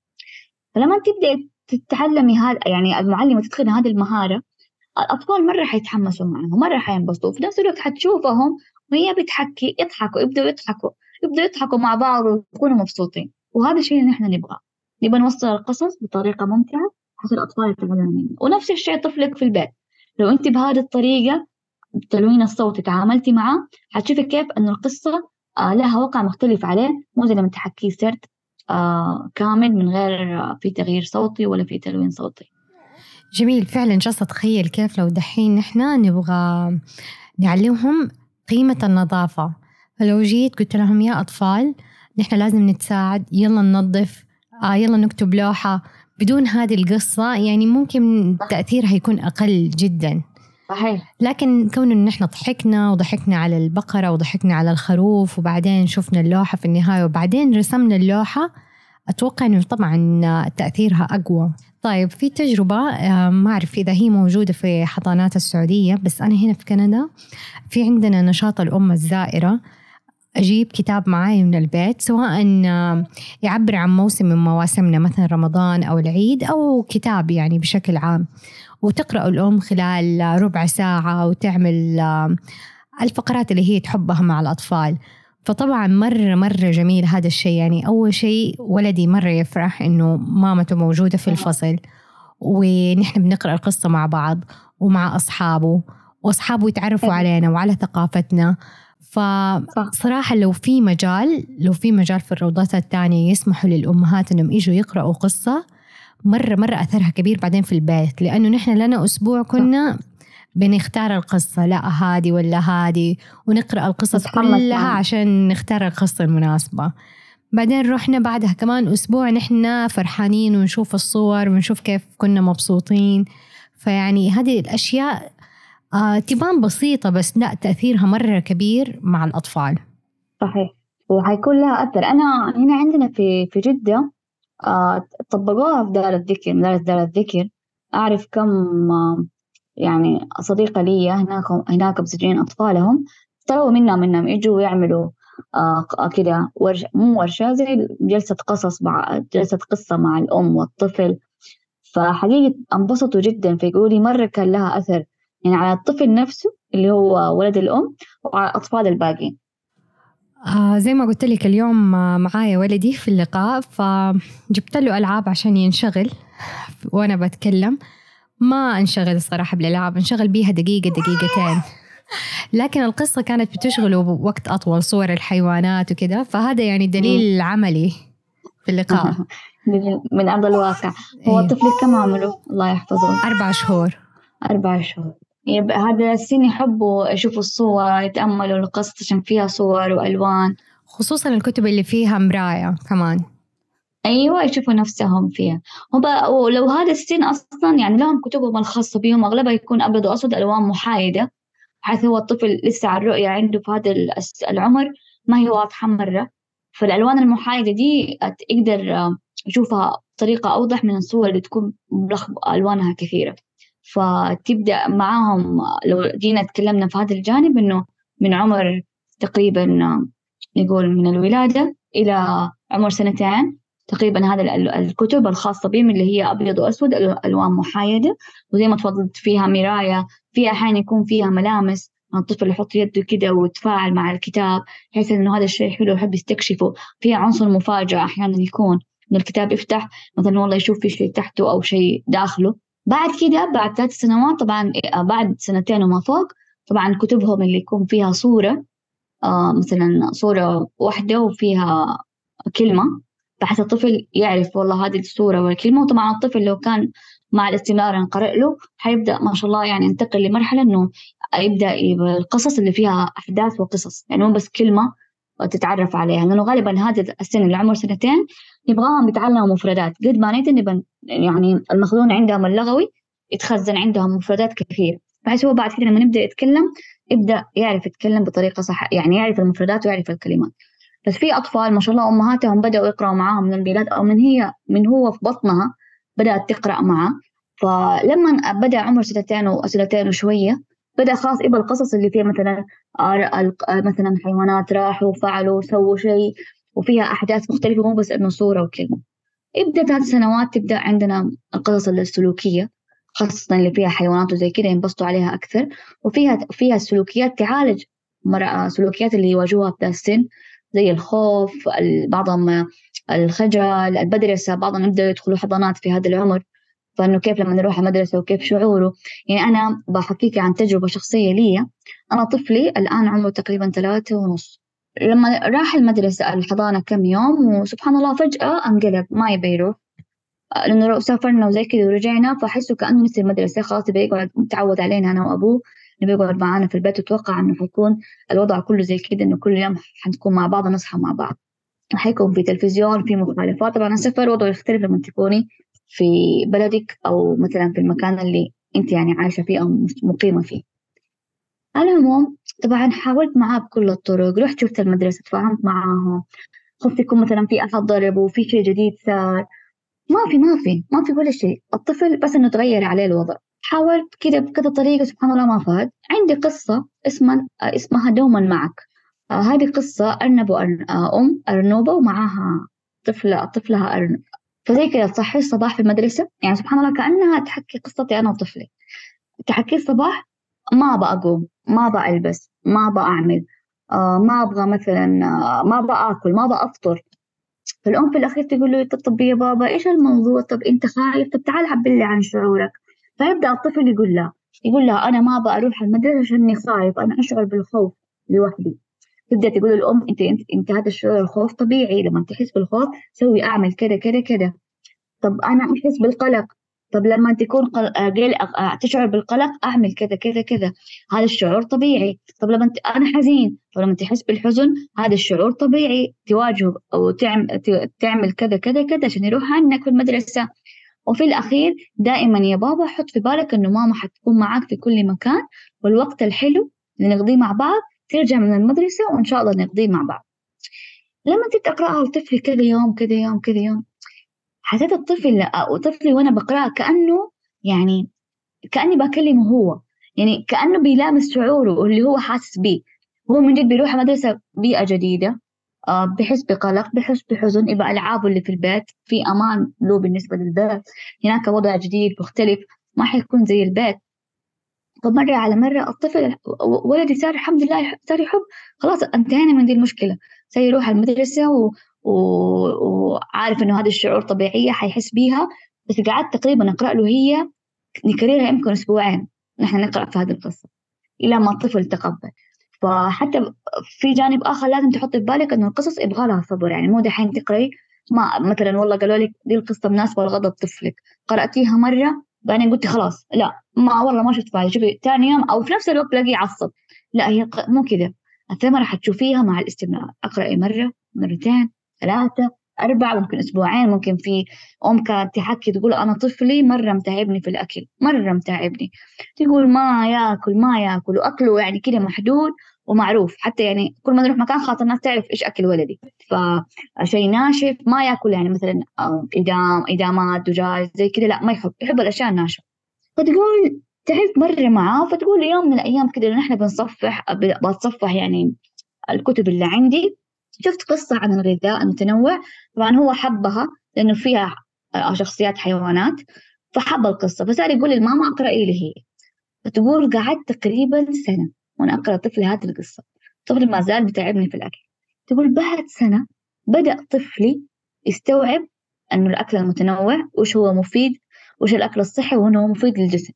فلما تبدأ تتعلمي هذا يعني المعلمة تدخل هذه المهارة، الأطفال مرة حيتحمسوا معها ومرة حينبسطوا، وفي نفس الوقت حتشوفهم وهي بتحكي يضحكوا يبدأوا يضحكوا يبدأوا يضحكوا مع بعض ويكونوا مبسوطين. وهذا الشيء اللي نحن نبغاه، نبغى نوصل القصص بطريقة ممتعة حتى الأطفال يتعلموا منه. ونفس الشيء طفلك في البيت، لو أنت بهذه الطريقة التلوين الصوتي تعاملتي معه حتشوفي كيف أن القصة آه لها وقع مختلف عليه، مو زي لما تحكي سرد آه كامل من غير آه في تغيير صوتي ولا في تلوين صوتي. جميل فعلا. جالسة أتخيل كيف لو دحين نحن نبغى نعلمهم قيمة النظافة، فلو جيت قلت لهم يا أطفال نحن لازم نتساعد، يلا ننظف، آه يلا نكتب لوحة، بدون هذه القصة يعني ممكن تأثيرها يكون أقل جدا. صحيح. لكن كون إن إحنا ضحكنا وضحكنا على البقرة وضحكنا على الخروف وبعدين شفنا اللوحة في النهاية وبعدين رسمنا اللوحة، أتوقع إنه طبعا تأثيرها أقوى. طيب في تجربة ما أعرف إذا هي موجودة في حضانات السعودية، بس أنا هنا في كندا في عندنا نشاط الأمة الزائرة. أجيب كتاب معاي من البيت سواء يعبر عن موسم من مواسمنا مثلا رمضان أو العيد أو كتاب يعني بشكل عام، وتقرأ الأم خلال ربع ساعة وتعمل الفقرات اللي هي تحبها مع الأطفال. فطبعا مرة مرة جميل هذا الشيء. يعني أول شيء ولدي مرة يفرح إنه مامته موجودة في الفصل ونحن بنقرأ القصة مع بعض ومع أصحابه، وأصحابه يتعرفوا علينا وعلى ثقافتنا. صح. فصراحة لو في مجال لو في مجال في الروضات التانية يسمحوا للأمهات إنهم يجوا يقرأوا قصة، مرة مرة أثرها كبير بعدين في البيت. لأنه نحن لنا أسبوع كنا بنختار القصة، لا هادي ولا هادي، ونقرأ القصص كلها معه. عشان نختار القصة المناسبة. بعدين رحنا بعدها كمان أسبوع نحن فرحانين ونشوف الصور ونشوف كيف كنا مبسوطين. فيعني هذه الأشياء آه تبان بسيطة بس لا، تأثيرها مرة كبير مع الأطفال. صحيح، وحيكون لها أثر. أنا هنا عندنا في في جدة آه طبقوها في دار الذكر، مدارس دار الذكر. أعرف كم آه يعني صديقة لي هناك هناك مسجلين أطفالهم، طلبوا منا منهم يجوا يعملوا آه كده ورشة، مو ورشة، زي جلسة قصص مع جلسة قصة مع الأم والطفل. فحقيقة انبسطوا جدا، فيقولوا لي مرة كان لها أثر يعني على الطفل نفسه اللي هو ولد الأم وعلى الأطفال الباقين. آه زي ما قلت لك اليوم آه معايا ولدي في اللقاء، فجبت له ألعاب عشان ينشغل وأنا بتكلم. ما انشغل الصراحة بالألعاب، انشغل بيها دقيقة دقيقتين، لكن القصة كانت بتشغله وقت أطول، صور الحيوانات وكده. فهذا يعني دليل عملي في اللقاء. من أرض الواقع. هو أيوه. طفلك كم عمره؟ الله يحفظه. أربع شهور. أربع شهور. يبقى هذا السن يحبوا يشوفوا الصور، يتأملوا القصة عشان فيها صور وألوان، خصوصا الكتب اللي فيها مراية كمان. أيوة يشوفوا نفسهم فيها. وب- ولو هذا السن أصلا يعني لهم كتبهم الخاصة بهم، أغلبها يكون أبيض وأسود، ألوان محايدة، حيث هو الطفل لسه على الرؤية عنده في هذا الأس- العمر ما هي واضحة مرة. فالألوان المحايدة دي أت- يقدر آه، يشوفها بطريقة أوضح من الصور اللي تكون ملخبطة ألوانها كثيرة. فتبدأ معاهم آه، لو جينا تكلمنا في هذا الجانب إنه من عمر تقريبا آه، نقول من الولادة إلى عمر سنتين تقريبا، هذا ال- الكتب الخاصة بهم اللي هي أبيض وأسود، ألو- ألوان محايدة، وزي ما تفضلت فيها مراية، في أحيانا يكون فيها ملامس الطفل يحط يده كده ويتفاعل مع الكتاب، بحيث إنه هذا الشيء حلو يحب يستكشفه. فيها عنصر مفاجأة أحيانا يكون إن الكتاب يفتح مثلا والله يشوف في شيء تحته أو شيء داخله. بعد كده بعد ثلاث سنوات طبعا، آه، بعد سنتين وما فوق، طبعا كتبهم اللي يكون فيها صورة، آه مثلا صورة واحدة وفيها كلمة، بحيث الطفل يعرف والله هذه الصورة والكلمة. وطبعا الطفل لو كان مع الاستمرار نقرأ له حيبدأ ما شاء الله يعني ينتقل لمرحلة إنه يبدأ يبقى القصص اللي فيها أحداث وقصص، يعني مو بس كلمة تتعرف عليها. لأنه غالبا هذا السن اللي عمره سنتين يبغاهم يتعلموا مفردات قد ما نيت نبن، يعني المخزون عندهم اللغوي يتخزن عندهم مفردات كثير، بحيث هو بعد كده لما يبدأ يتكلم يبدأ يعرف يتكلم بطريقة صح، يعني يعرف المفردات ويعرف الكلمات. بس في أطفال ما شاء الله أمهاتهم بدأوا يقرأوا معاهم من البلاد، أو من هي من هو في بطنها بدأت تقرأ معه. فلما بدأ عمر سنتين وسنتين وشوية بدأ خلاص يبقى القصص اللي فيها مثلا آه، مثلا حيوانات راحوا وفعلوا وسووا شيء وفيها أحداث مختلفة، مو بس إنه صورة وكلمة. يبدأ ثلاث سنوات تبدأ عندنا القصص السلوكية، خاصة اللي فيها حيوانات وزي كده ينبسطوا عليها أكثر. وفيها فيها السلوكيات تعالج مرة سلوكيات اللي يواجهوها في ذا السن، زي الخوف، بعضهم الخجل، المدرسة، بعضهم يبدأوا يدخلوا حضانات في هذا العمر، فإنه كيف لما نروح المدرسة وكيف شعوره. يعني أنا بحكيك عن تجربة شخصية لي. أنا طفلي الآن عمره تقريبا ثلاثة ونص، لما راح المدرسة الحضانة كم يوم وسبحان الله فجأة انقلب ما يبي يروح، لأنه لو سافرنا وزي كذا ورجعنا فأحسه كأنه نسي المدرسة، خلاص يبي يقعد متعود علينا أنا وأبوه نبي يقعد معانا في البيت، وتوقع إنه حيكون الوضع كله زي كذا، إنه كل يوم حنكون مع بعض نصحى مع بعض، حيكون في تلفزيون في مخالفات. طبعا السفر وضعه يختلف لما تكوني في بلدك أو مثلا في المكان اللي أنت يعني عايشة فيه أو مقيمة فيه. على العموم طبعا حاولت معاه بكل الطرق، رحت شفت المدرسة تفاهمت معاهم، خفت يكون مثلا في أحد ضرب وفي شيء جديد صار. ما في ما في ما في ولا شيء، الطفل بس إنه تغير عليه الوضع. حاولت كده بكذا طريقة سبحان الله ما فاد. عندي قصة اسمها اسمها دوما معك. آه هذه قصة أرنب وأرن... آه أم أرنوبة ومعاها طفلة طفلها أرنب، فزي كده تصحي الصباح في المدرسة، يعني سبحان الله كأنها تحكي قصتي أنا وطفلي. تحكي الصباح ما أبغى أقوم، ما أبغى ألبس، ما أبغى أعمل، آه ما أبغى مثلا، آه ما أبغى آكل، ما أبغى أفطر. فالأم في الأخير تقول له طب طب يا بابا إيش الموضوع، طب أنت خايف، طب تعال عبر لي عن شعورك. فيبدأ الطفل يقول لا، يقول لها أنا ما أبغى أروح المدرسة عشاني خايف، أنا أشعر بالخوف لوحدي. تبدأ تقول للأم أنت أنت أنت هذا الشعور الخوف طبيعي، لما تحس بالخوف سوي أعمل كذا كذا كذا. طب أنا أحس بالقلق، طب لما تكون قل... آه، قلق آه، تشعر بالقلق أعمل كذا كذا كذا، هذا الشعور طبيعي. طب لما ت... أنا حزين، طب لما تحس بالحزن هذا الشعور طبيعي، تواجهه أو تعمل ت... تعمل كذا كذا كذا عشان يروح عنك في المدرسة. وفي الأخير دائما يا بابا حط في بالك إنه ماما حتكون معاك في كل مكان، والوقت الحلو اللي نقضيه مع بعض ترجع من المدرسة وإن شاء الله نقضيه مع بعض. لما انت تقرأها لطفلي كذا يوم كذا يوم كذا يوم، حسيت الطفل وطفلي وأنا بقرأ كأنه يعني كأني بكلمه هو، يعني كأنه بيلامس شعوره اللي هو حاسس بيه. هو من جد بيروح مدرسة بيئة جديدة، آه بحس بقلق، بحس بحزن، يبقى ألعابه اللي في البيت في أمان له بالنسبة للبيت، هناك وضع جديد مختلف ما حيكون زي البيت. فمرة على مرة الطفل ولدي صار الحمد لله صار يحب، خلاص انتهينا من دي المشكلة، صار يروح المدرسة و... و... وعارف إنه هذا الشعور طبيعية حيحس بيها. بس قعدت تقريبا أقرأ له هي نكررها يمكن أسبوعين نحن نقرأ في هذه القصة إلى ما الطفل تقبل. فحتى في جانب آخر لازم تحط في بالك إنه القصص يبغى لها صبر، يعني مو دحين تقرأي ما مثلا والله قالوا لك دي القصة مناسبة لغضب طفلك قرأتيها مرة بعدين قلتي خلاص لا ما والله ما شفت فايدة، شوفي ثاني يوم أو في نفس الوقت تلاقيه يعصب. لا هي مو كذا، الثمرة حتشوفيها مع الاستمرار. أقرأي مرة مرتين ثلاثة أربعة ممكن أسبوعين. ممكن في أم كانت تحكي تقول أنا طفلي مرة متعبني في الأكل مرة متعبني، تقول ما يأكل ما يأكل وأكله يعني كده محدود ومعروف، حتى يعني كل ما نروح مكان خاطر الناس تعرف إيش أكل ولدي، فشيء ناشف ما يأكل، يعني مثلا إدام إدامات دجاج زي كده لا ما يحب، يحب الأشياء الناشفة. فتقول تعبت مرة معاه، فتقول يوم من الأيام كده نحن بنصفح بتصفح يعني الكتب اللي عندي، شفت قصة عن الغذاء المتنوع. طبعا هو حبها لأنه فيها شخصيات حيوانات فحب القصة، فصار يقول للماما اقرأي لي هي. فتقول قعدت تقريبا سنة وأنا أقرأ طفلي هذه القصة، طفلي ما زال بتعبني في الأكل. تقول بعد سنة بدأ طفلي يستوعب أنه الأكل المتنوع وش هو مفيد، وش الأكل الصحي وأنه هو مفيد للجسم.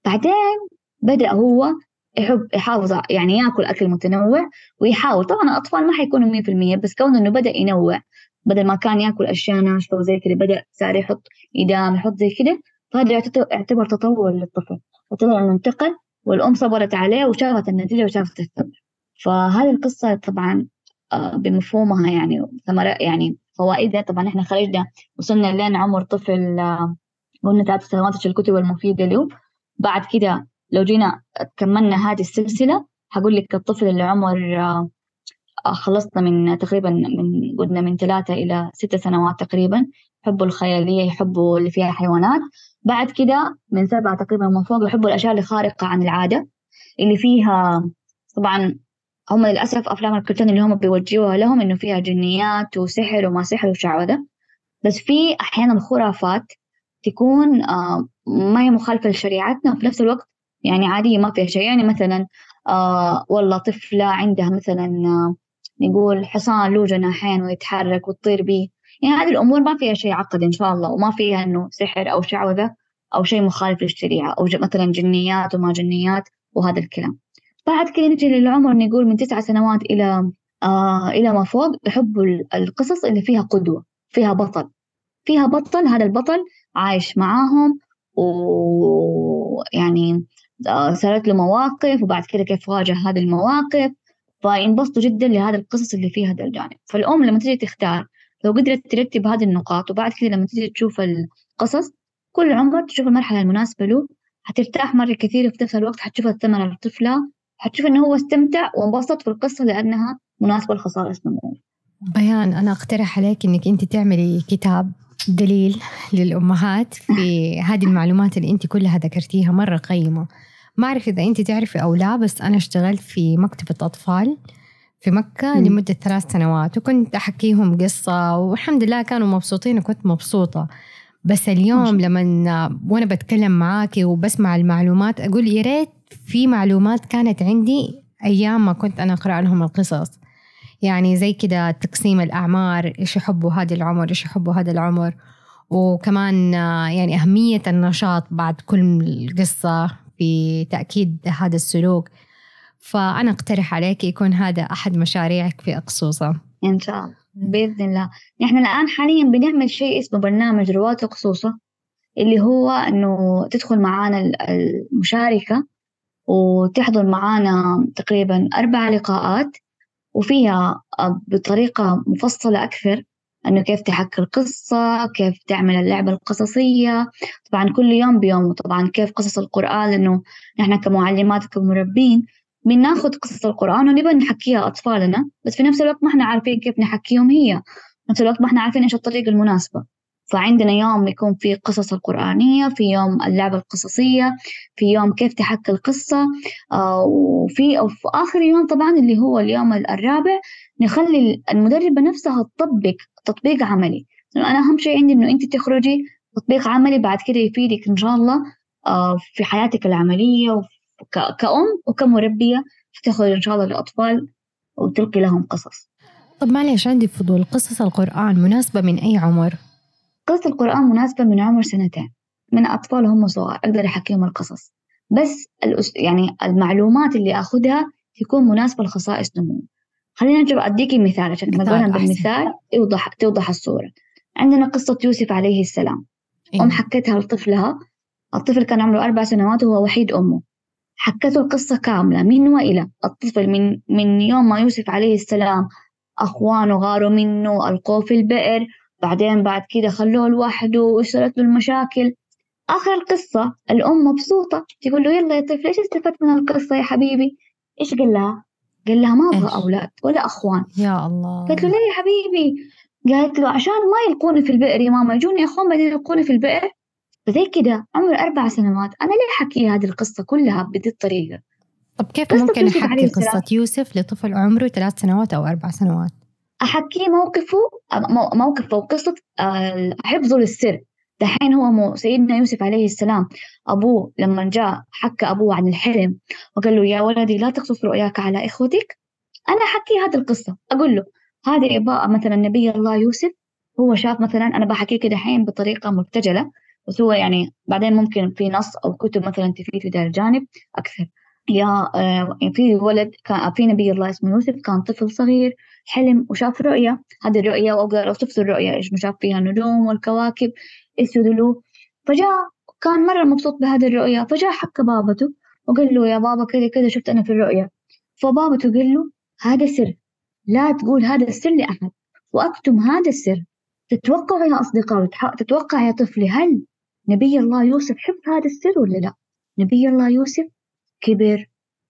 بعدين بدأ هو يحب يحافظ يعني يأكل أكل متنوع ويحاول. طبعا الأطفال ما حيكونوا مية في المية بس كون إنه بدأ ينوع، بدل ما كان يأكل أشياء ناشفة وزي كده بدأ صار يحط إدام يحط زي كده، فهذا يعتبر تطور للطفل، يعتبر إنه انتقل والأم صبرت عليه وشافت النتيجة وشافت الثمر. فهذه القصة طبعا آه، بمفهومها يعني ثمرة يعني فوائدها. طبعا إحنا خرجنا وصلنا لين عمر طفل آه، قلنا ثلاث سنوات الكتب المفيدة له. بعد كده لو جينا كملنا هذه السلسلة هقول لك الطفل اللي عمر آه، خلصنا من تقريبا من قلنا من ثلاثة إلى ست سنوات تقريبا، يحبوا الخيالية يحبوا اللي فيها حيوانات. بعد كده من سبعة تقريبا ومن فوق يحبوا الأشياء اللي خارقة عن العادة اللي فيها طبعا هم للأسف أفلام الكرتون اللي هم بيوجهوها لهم إنه فيها جنيات وسحر وما سحر وشعوذة، بس في أحيانا خرافات تكون آه ما هي مخالفة لشريعتنا وفي نفس الوقت يعني عادية ما فيها شيء. يعني مثلا آه والله طفلة عندها مثلا آه نقول حصان له جناحين ويتحرك وتطير به، يعني هذه الأمور ما فيها شيء عقد إن شاء الله وما فيها إنه سحر أو شعوذة أو شيء مخالف للشريعة أو مثلا جنيات وما جنيات وهذا الكلام. بعد كده نجي للعمر نقول من تسع سنوات إلى آه إلى ما فوق يحبوا القصص اللي فيها قدوة، فيها بطل، فيها بطل هذا البطل عايش معاهم ويعني صارت له مواقف وبعد كده كيف واجه هذه المواقف، فينبسطوا جدا لهذا القصص اللي فيها هذا الجانب. فالأم لما تيجي تختار لو قدرت ترتب هذه النقاط وبعد كده لما تيجي تشوف القصص كل عمر تشوف المرحلة المناسبة له هترتاح مرة كثير، وفي نفس الوقت حتشوف الثمرة للطفلة، حتشوف إنه هو استمتع وانبسط في القصة لأنها مناسبة لخصائص نموذج. بيان أنا أقترح عليك إنك أنت تعملي كتاب دليل للأمهات في هذه المعلومات اللي أنت كلها ذكرتيها مرة قيمة. ما أعرف إذا أنت تعرفي أو لا بس أنا اشتغلت في مكتبة أطفال في مكة م. لمدة ثلاث سنوات وكنت أحكيهم قصة والحمد لله كانوا مبسوطين وكنت مبسوطة. بس اليوم لما وأنا بتكلم معاكي وبسمع المعلومات أقول يا ريت في معلومات كانت عندي أيام ما كنت أنا أقرأ لهم القصص، يعني زي كده تقسيم الأعمار، إيش يحبوا هذا العمر إيش يحبوا هذا العمر، وكمان يعني أهمية النشاط بعد كل قصة في تأكيد هذا السلوك. فأنا أقترح عليك يكون هذا أحد مشاريعك في أقصوصة. إن شاء الله بإذن الله. نحن الآن حاليا بنعمل شيء اسمه برنامج رواد أقصوصة، اللي هو إنه تدخل معانا المشاركة وتحضر معانا تقريبا أربع لقاءات، وفيها بطريقة مفصلة أكثر إنه كيف تحكي القصة، كيف تعمل اللعبة القصصية، طبعا كل يوم بيوم، وطبعا كيف قصص القرآن، لأنه نحن كمعلمات كمربين بناخد قصص القرآن ونبغى نحكيها أطفالنا، بس في نفس الوقت ما احنا عارفين كيف نحكيهم هي، في نفس الوقت ما احنا عارفين إيش الطريقة المناسبة. فعندنا يوم يكون في قصص القرآنية، في يوم اللعبة القصصية، في يوم كيف تحكي القصة، آه وفي أو في آخر يوم طبعا اللي هو اليوم الرابع نخلي المدربة نفسها تطبق تطبيق عملي. أنا أهم شيء عندي إنه أنت تخرجي تطبيق عملي بعد كده يفيدك إن شاء الله آه في حياتك العملية كأم وكمربية، تخرج إن شاء الله للأطفال وتلقي لهم قصص. طب معليش عندي فضول، قصص القرآن مناسبة من أي عمر؟ قصة القرآن مناسبة من عمر سنتين، من أطفال هم صغار أقدر أحكيهم القصص، بس الأس... يعني المعلومات اللي أخذها تكون مناسبة لخصائص نمو. خلينا نجرب أديكي مثال عشان مثلا بالمثال يوضح توضح الصورة. عندنا قصة يوسف عليه السلام. إيه؟ أم حكتها لطفلها، الطفل كان عمره أربع سنوات وهو وحيد أمه، حكته القصة كاملة من وإلى. الطفل من من يوم ما يوسف عليه السلام أخوانه غاروا منه، ألقوه في البئر، بعدين بعد كده خلوه لوحده وصارت له المشاكل. آخر القصة الأم مبسوطة تقول له يلا يا طفل إيش استفدت من القصة يا حبيبي؟ إيش قال لها؟ قال لها ما أبغى أولاد ولا أخوان. يا الله. قالت له ليه يا حبيبي؟ قالت له عشان ما يلقوني في البئر يا ماما، يجوني أخوان بعدين يلقوني في البئر. فزي كده عمر أربع سنوات أنا ليه حكي هذه القصة كلها بهذه الطريقة؟ طب كيف ممكن أحكي قصة يوسف لطفل عمره ثلاث سنوات أو أربع سنوات؟ أحكي موقفه موقفه وقصة حفظه للسر. دحين هو مو سيدنا يوسف عليه السلام أبوه لما جاء حكى أبوه عن الحلم وقال له يا ولدي لا تقصص رؤياك على إخوتك، أنا حكي هذه القصة أقول له هذا إباء مثلا نبي الله يوسف. هو شاف مثلا أنا بحكي كده دحين بطريقة مرتجلة، بس هو يعني بعدين ممكن في نص أو كتب مثلا تفيد في ذا الجانب أكثر. يا في ولد كان في نبي الله اسمه يوسف، كان طفل صغير حلم وشاف رؤية. هذه الرؤية وأقدر أوصف الرؤية إيش شاف فيها النجوم والكواكب يسجدوا له. فجاء كان مرة مبسوط بهذه الرؤية، فجاء حكى بابته وقال له يا بابا كذا كذا شفت أنا في الرؤية. فبابته قال له هذا سر، لا تقول هذا السر لأحد وأكتم هذا السر. تتوقع يا أصدقائي، تتوقع يا طفلي هل نبي الله يوسف حفظ هذا السر ولا لا؟ نبي الله يوسف كبر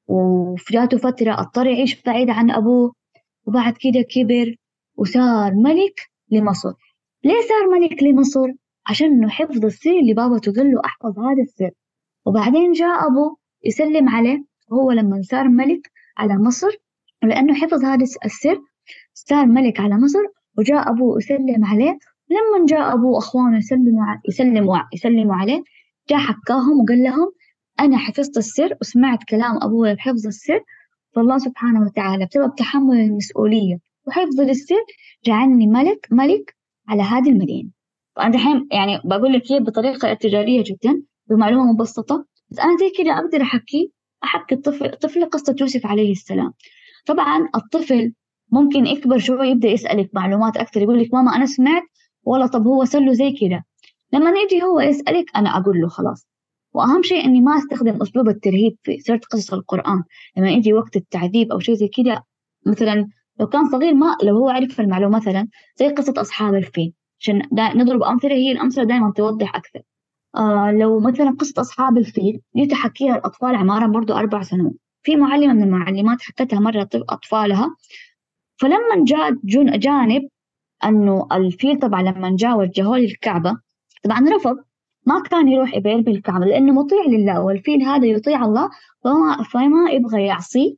وفجاته فترة اضطر يعيش بعيد عن أبوه، وبعد كده كبر وصار ملك لمصر. ليه صار ملك لمصر؟ عشان إنه حفظ السر اللي بابته قال له أحفظ هذا السر. وبعدين جاء أبوه يسلم عليه وهو لما صار ملك على مصر، ولأنه حفظ هذا السر صار ملك على مصر. وجاء أبوه يسلم عليه، لما جاء أبوه أخوانه يسلموا يسلموا يسلموا عليه، جاء حكاهم وقال لهم أنا حفظت السر وسمعت كلام أبوه بحفظ السر، فالله سبحانه وتعالى بسبب تحمل المسؤولية وحفظ للسر جعلني ملك ملك على هذه المدينة. فأنا الحين يعني بقول لك هي بطريقة ارتجالية جدا بمعلومة مبسطة، بس أنا زي كده أقدر أحكي أحكي الطفل طفل قصة يوسف عليه السلام. طبعا الطفل ممكن يكبر شوي يبدأ يسألك معلومات أكثر، يقول لك ماما أنا سمعت، ولا طب هو سله زي كده. لما يجي هو يسألك أنا أقول له خلاص. وأهم شيء إني ما أستخدم أسلوب الترهيب في سرد قصص القرآن. لما يجي وقت التعذيب أو شيء زي كده، مثلا لو كان صغير ما لو هو عرف المعلومة مثلا زي قصة أصحاب الفيل، عشان نضرب أمثلة هي الأمثلة دائما توضح أكثر. آه لو مثلا قصة أصحاب الفيل دي تحكيها الأطفال عمارة برضو أربع سنوات، في معلمة من المعلمات حكتها مرة أطفالها، فلما جاء جانب أنه الفيل طبعا لما جاء وجهوه للكعبة طبعا رفض، ما كان يروح يبير بالكعبة لأنه مطيع لله، والفيل هذا يطيع الله فما, فما يبغى يعصيه،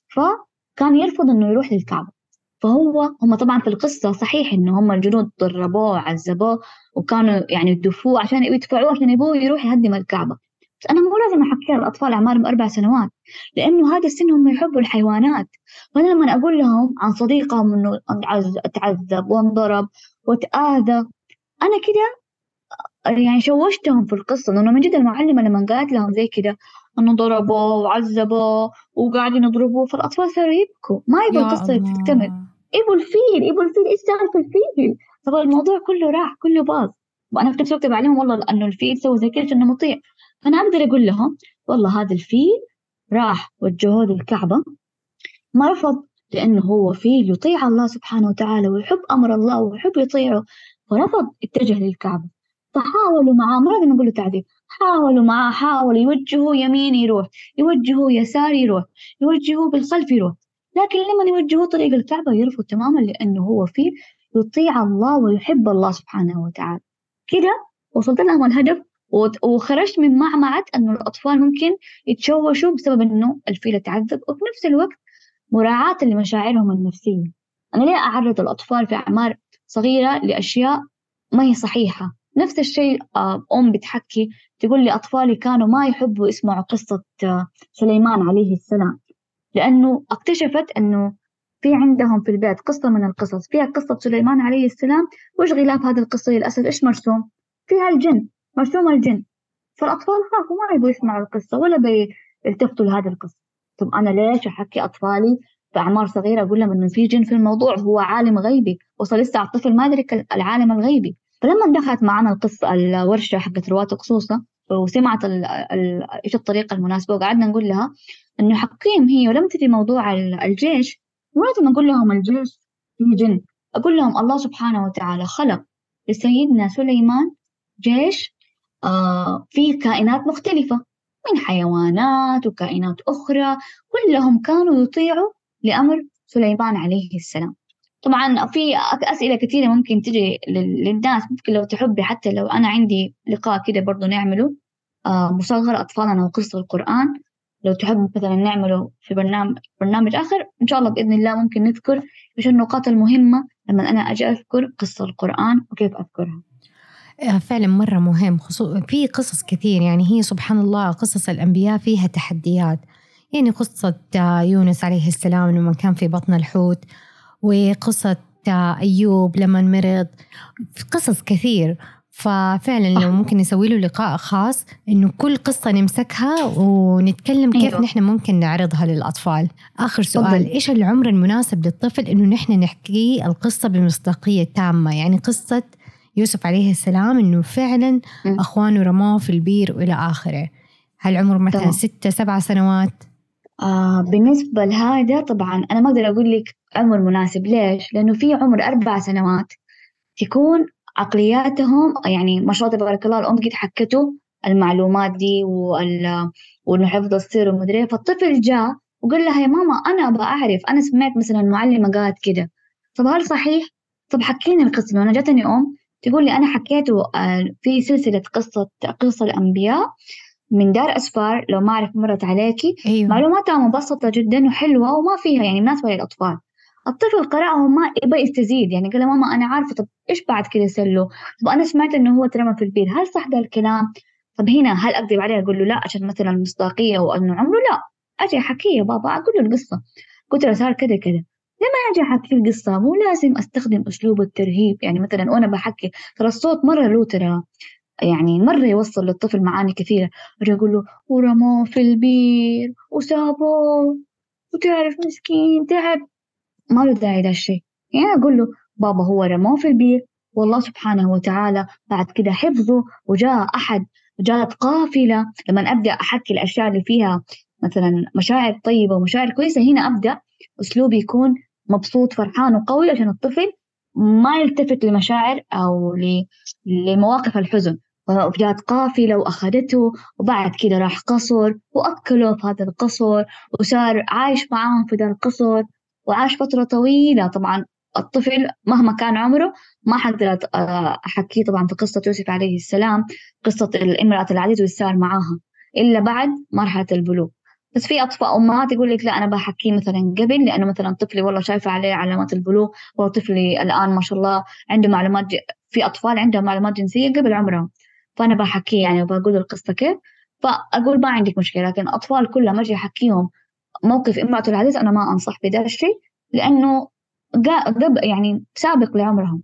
فكان يرفض أنه يروح للكعبة. فهو هم طبعا في القصة صحيح إنه هم الجنود ضربوه وعذبوه وكانوا يعني يدفوه عشان يدفعوه عشان يبوه يروح يهدم الكعبة، بس أنا مو لازم أحكيها للأطفال أعمارهم أربع سنوات، لأنه هذا السن هم يحبوا الحيوانات. فأنا لما أقول لهم عن صديقهم إنه تعذب وانضرب وتآذى، أنا كده يعني شوشتهم في القصة. لأنه من جد المعلمة لما قالت لهم زي كده إنه ضربوا وعذبوا وقاعدين يضربوه، فالأطفال صاروا يبكوا ما يبوا يا القصة تكتمل. الله. يبوا الفيل، يبوا الفيل، إيش صار في الفيل؟ طبعا الموضوع كله راح، كله باظ. وأنا في نفس الوقت بعلمهم والله إنه الفيل سوى زي كذا إنه مطيع. فأنا أقدر أقول لهم والله هذا الفيل راح وجهوه للكعبة، ما رفض لأنه هو فيل يطيع الله سبحانه وتعالى ويحب أمر الله ويحب يطيعه، فرفض اتجه للكعبة. فحاولوا معاه، ما لازم نقول له تعذيب، حاولوا معاه، حاولوا يوجهوا يمين يروح، يوجهوا يسار يروح، يوجهوا بالخلف يروح، لكن لما يوجهوا طريق الكعبة يرفض تماما لأنه هو فيل يطيع الله ويحب الله سبحانه وتعالى. كده وصلت لهم الهدف، وت- وخرجت من معمعة أنه الأطفال ممكن يتشوشوا بسبب أنه الفيل تعذب، وفي نفس الوقت مراعاة لمشاعرهم النفسية. أنا ليه أعرض الأطفال في أعمار صغيرة لأشياء ما هي صحيحة؟ نفس الشيء آه، أم بتحكي تقول لي أطفالي كانوا ما يحبوا يسمعوا قصة آه، سليمان عليه السلام، لأنه اكتشفت أنه في عندهم في البيت قصة من القصص فيها قصة سليمان عليه السلام، وإيش غلاف هذه القصة للأسف إيش مرسوم؟ فيها الجن، مرسوم الجن. فالأطفال خافوا ما يبغوا يسمعوا القصة ولا بيلتفتوا لهذه القصة. طب أنا ليش أحكي أطفالي في أعمار صغيرة أقول لهم إنه في جن في الموضوع؟ هو عالم غيبي، وصل لسه الطفل ما يدرك العالم الغيبي. فلما دخلت معنا القصة الورشة حقت رواة قصوصا وسمعت ال ال إيش الطريقة المناسبة، وقعدنا نقول لها إنه حقيم هي، ولم تجي موضوع الجيش مو لازم أقول لهم الجيش فيه جن، أقول لهم الله سبحانه وتعالى خلق لسيدنا سليمان جيش آه في كائنات مختلفة من حيوانات وكائنات أخرى، كلهم كانوا يطيعوا لأمر سليمان عليه السلام. طبعا في أسئلة كثيرة ممكن تجي للناس، ممكن لو تحبي حتى لو أنا عندي لقاء كده برضو نعمله آه مصغر أطفالنا وقصة القرآن، لو تحب مثلا نعمله في برنامج برنامج آخر إن شاء الله بإذن الله ممكن نذكر إيش النقاط المهمة لما أنا أجي أذكر قصة القرآن وكيف أذكرها. آه، فعلا مرة مهم، خصوصا في قصص كثير. يعني هي سبحان الله قصص الأنبياء فيها تحديات. يعني قصة آه، يونس عليه السلام لما كان في بطن الحوت، وقصة آه، أيوب لما مرض، في قصص كثير. ففعلا لو ممكن نسوي له لقاء خاص إنه كل قصة نمسكها ونتكلم كيف أيوة. نحن ممكن نعرضها للأطفال. آخر سؤال، تفضل. إيش العمر المناسب للطفل إنه نحن نحكي القصة بمصداقية تامة؟ يعني قصة يوسف عليه السلام إنه فعلا م. أخوانه رموه في البير وإلى آخره، هل عمره مثلا تمام. ستة سبع سنوات؟ آه بالنسبة لهذا طبعا أنا ما أقدر أقول لك عمر مناسب. ليش؟ لأنه في عمر أربع سنوات تكون عقلياتهم يعني ما شاء الله تبارك الله، الأم قد حكته المعلومات دي وال وإنه حفظ السر ومدري، فالطفل جاء وقال لها يا ماما أنا أبغى أعرف، أنا سمعت مثلا المعلمة قالت كده، طب هل صحيح؟ طب حكيني القصة. أنا جاتني أم تقول لي أنا حكيته آه، في سلسلة قصة قصة الأنبياء من دار أسفار، لو ما أعرف مرت عليكي، أيوه. معلوماتها مبسطة جدا وحلوة وما فيها يعني مناسبة للأطفال. الطفل قرأه وما يبغى يستزيد، يعني قال ماما أنا عارفة، طب إيش بعد كده سلو؟ طب أنا سمعت إنه هو ترمى في البير، هل صح ده الكلام؟ طب هنا هل أكذب عليه أقول له لا عشان مثلا المصداقية وإنه عمره؟ لا، أجي أحكيه يا بابا، أقول له القصة، قلت له صار كده كده. لما أجي أحكي القصة مو لازم أستخدم أسلوب الترهيب، يعني مثلا وأنا بحكي ترى الصوت مرة له ترى يعني مرة يوصل للطفل معاني كثيرة. أجي أقول له ورموه في البير وسابوه وتعرف مسكين تعب، ما له داعي ده الشيء. يعني أقول له بابا هو رموه في البير والله سبحانه وتعالى بعد كده حفظه، وجاء أحد، جاءت قافلة. لما أبدأ أحكي الأشياء اللي فيها مثلا مشاعر طيبة ومشاعر كويسة، هنا أبدأ أسلوبي يكون مبسوط فرحان وقوي عشان الطفل ما يلتفت لمشاعر أو ل- لمواقف الحزن. وجاءت قافلة وأخذته، وبعد كده راح قصر وأكله في هذا القصر، وصار عايش معاهم في ذا القصر وعاش فترة طويلة. طبعا الطفل مهما كان عمره ما حقدر أت- أحكيه طبعا في قصة يوسف عليه السلام، قصة الامرأة العزيز واللي صار معاها، إلا بعد مرحلة البلوغ. بس في أطفال أمهات يقول لك لا أنا بحكيه مثلا قبل، لأنه مثلا طفلي والله شايفة عليه علامات البلوغ، والله طفلي الآن ما شاء الله عنده معلومات ج... في أطفال عندهم معلومات جنسية قبل عمرهم، فأنا بحكيه يعني وبقول القصة كيف. فأقول ما عندك مشكلة، لكن أطفال كلها ما أجي أحكيهم موقف امرأة العزيز أنا ما أنصح بدا الشيء، لأنه قا- قب يعني سابق لعمرهم.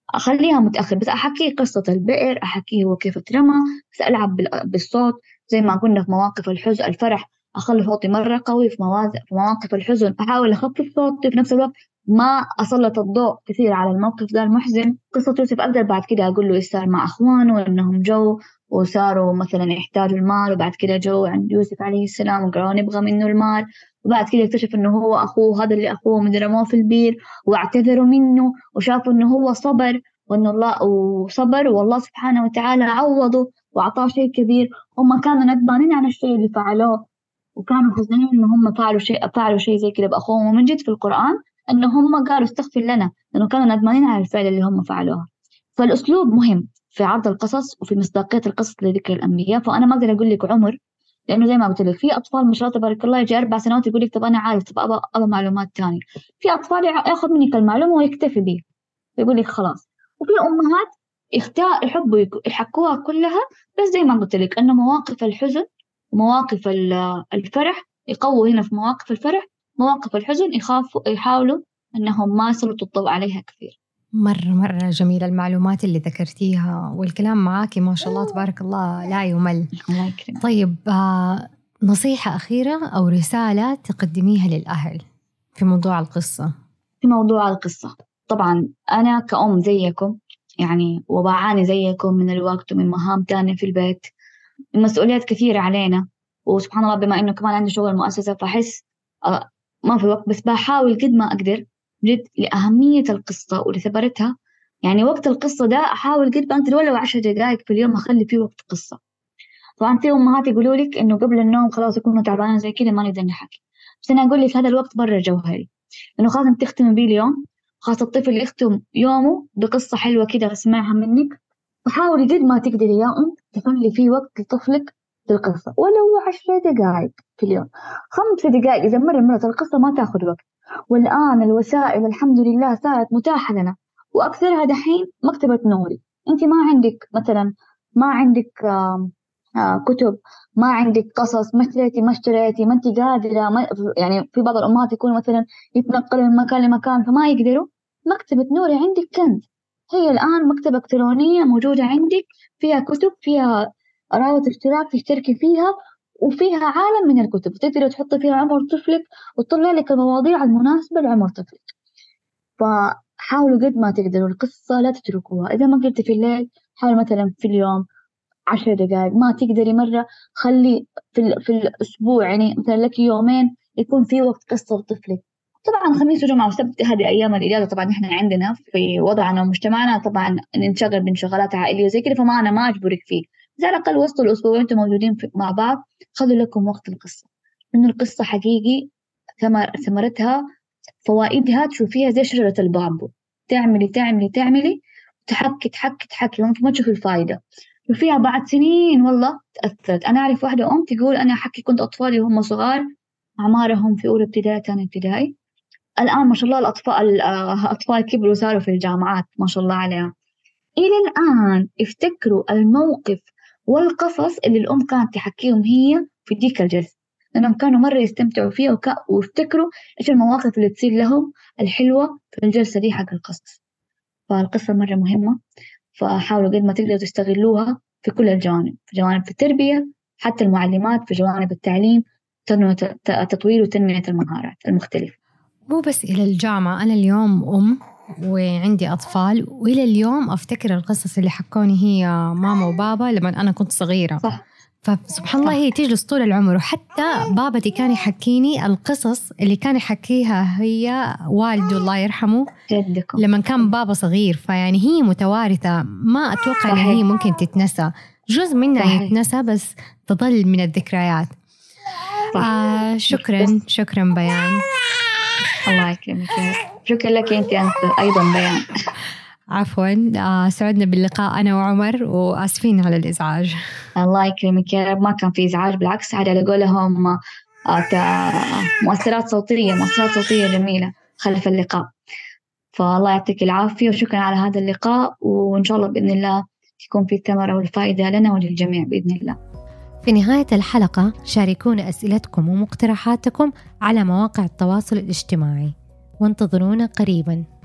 أخليها متأخر، بس أحكيه قصة البئر، أحكيه هو كيف اترمى، بس ألعب بالصوت زي ما قلنا في مواقف الحزن الفرح أخلي صوتي مرة قوي، في مواقف في مواقف الحزن أحاول أخفف صوتي، في نفس الوقت ما أسلط الضوء كثير على الموقف ده المحزن. قصة يوسف أقدر بعد كده أقول له إيش صار مع أخوانه، إنهم جو وصاروا مثلا يحتاجوا المال، وبعد كده جو عند يوسف عليه السلام وقالوا نبغى منه المال، وبعد كده اكتشف إنه هو أخوه، هذا اللي أخوه من رموه في البير واعتذروا منه، وشافوا إنه هو صبر، وإنه الله وصبر والله سبحانه وتعالى عوضه وأعطاه شيء كبير. هم كانوا ندمانين على الشيء اللي فعلوه، وكانوا حزنين إنه هم فعلوا شيء فعلوا شيء زي كده بأخوهم، ومن جد في القرآن إنه هم قالوا استغفر لنا، لأنه كانوا ندمانين على الفعل اللي هم فعلوه. فالأسلوب مهم في عرض القصص وفي مصداقية القصص لذكر الأنبياء. فأنا ما أقدر أقول لك عمر، لأنه زي ما قلت لك في أطفال ما شاء الله تبارك الله يجي أربع سنوات يقول لك طب أنا عارف، طب أبى أبى معلومات تانية. في أطفال يأخذ منك المعلومة ويكتفي بيه يقول لك خلاص. وفي أمهات يختار يحبوا يحكوها كلها، بس زي ما قلت لك أنه مواقف الحزن ومواقف الفرح يقووا هنا في مواقف الفرح، مواقف الحزن يخافوا يحاولوا أنهم ما يسلطوا الضوء عليها كثير. مرة مرة جميلة المعلومات اللي ذكرتيها، والكلام معاكي ما شاء الله تبارك الله لا يمل. الله يكرمك. طيب آه نصيحة أخيرة أو رسالة تقدميها للأهل في موضوع القصة؟ في موضوع القصة طبعا أنا كأم زيكم يعني، وبعاني زيكم من الوقت ومن مهام تانية في البيت، المسؤوليات كثيرة علينا، وسبحان الله بما إنه كمان عندي شغل مؤسسة فأحس آه ما في وقت، بس بحاول قد ما أقدر جد لأهمية القصة ولثبرتها. يعني وقت القصة ده أحاول قد ما أقدر ولو عشر دقائق في اليوم أخلي فيه وقت قصة. طبعا في أمهات يقولوا لك إنه قبل النوم خلاص يكونوا تعبانين زي كده ما نقدر نحكي، بس أنا أقول لك هذا الوقت برا جوهري، إنه خلاص تختم بيه اليوم، خلاص الطفل يختم يومه بقصة حلوة كده سمعها منك. وحاولي قد ما تقدري يا أم تخلي فيه وقت لطفلك للقصة ولو عشر دقائق في اليوم، خمس دقائق إذا مرة مرة القصة ما تأخذ وقت. والآن الوسائل الحمد لله صارت متاحة لنا، وأكثرها دحين مكتبة نوري. أنت ما عندك مثلا ما عندك آه آه كتب، ما عندك قصص، ما اشتريتي ما اشتريتي ما انت قادرة ما يعني في بعض الأمهات يكونوا مثلا يتنقلوا من مكان لمكان فما يقدروا. مكتبة نوري عندك كنز، هي الآن مكتبة إلكترونية موجودة عندك فيها كتب، فيها رابط اشتراك تشتركي فيها، وفيها عالم من الكتب تقدري تحطي فيها عمر طفلك وتطلع لك المواضيع المناسبة لعمر طفلك. فحاولوا قد ما تقدروا القصة لا تتركوها، إذا ما قدرتي في الليل حاول مثلا في اليوم عشر دقائق، ما تقدري مرة خلي في, في الأسبوع يعني مثلا لك يومين يكون في وقت قصة لطفلك. طبعا خميس وجمعة وسبت هذه أيام الإجازة، طبعا إحنا عندنا في وضعنا ومجتمعنا طبعا ننشغل بانشغالات عائلية وزي كده، فما أنا ما أجبرك فيه، بس على الأقل وسط الأسبوع وأنتم موجودين مع بعض خذوا لكم وقت القصة، لأن القصة حقيقي ثمر ثمرتها فوائدها تشوفيها زي شجرة البامبو، تعملي تعملي تعملي تحكي تحكي تحكي ممكن ما تشوفي الفائدة، وفيها بعد سنين والله تأثرت. أنا أعرف واحدة أم تقول أنا حكي كنت أطفالي وهم صغار أعمارهم في أولى ابتدائي ثاني ابتدائي، الآن ما شاء الله الأطفال الأطفال كبروا صاروا في الجامعات ما شاء الله عليهم. إلى الآن افتكروا الموقف والقصص اللي الأم كانت تحكيهم هي في ديك الجلسة، لأنهم كانوا مرة يستمتعوا فيها وك... وافتكروا إيش المواقف اللي تصير لهم الحلوة في الجلسة دي حق القصص. فالقصة مرة مهمة، فحاولوا قد ما تقدروا تستغلوها في كل الجوانب، في جوانب في التربية حتى المعلمات، في جوانب التعليم، تطوير وتنمية المهارات المختلفة. مو بس إلى الجامعة، أنا اليوم أم وعندي أطفال، وإلى اليوم أفتكر القصص اللي حكوني هي ماما وبابا لما أنا كنت صغيرة. صح. فسبحان الله هي تجلس طول العمر. وحتى بابتي كان يحكيني القصص اللي كان يحكيها هي والده الله يرحمه جدكم لما كان بابا صغير، فيعني هي متوارثة، ما أتوقع أن هي ممكن تتنسى، جزء منها صحيح. يتنسى بس تظل من الذكريات. آه شكرا بس. شكرا بيان. الله يكرمك، شكرا لك أنت أيضا بيان. عفوا آه سعدنا باللقاء أنا وعمر، وآسفين على الإزعاج. الله يكرمك يا رب، ما كان في إزعاج، بالعكس على قولهم آه مؤثرات صوتية مؤثرات صوتية جميلة خلف اللقاء. فالله يعطيك العافية وشكرا على هذا اللقاء، وإن شاء الله بإذن الله تكون في الثمرة والفائدة لنا وللجميع بإذن الله. في نهاية الحلقة شاركونا أسئلتكم ومقترحاتكم على مواقع التواصل الاجتماعي، وانتظرونا قريباً.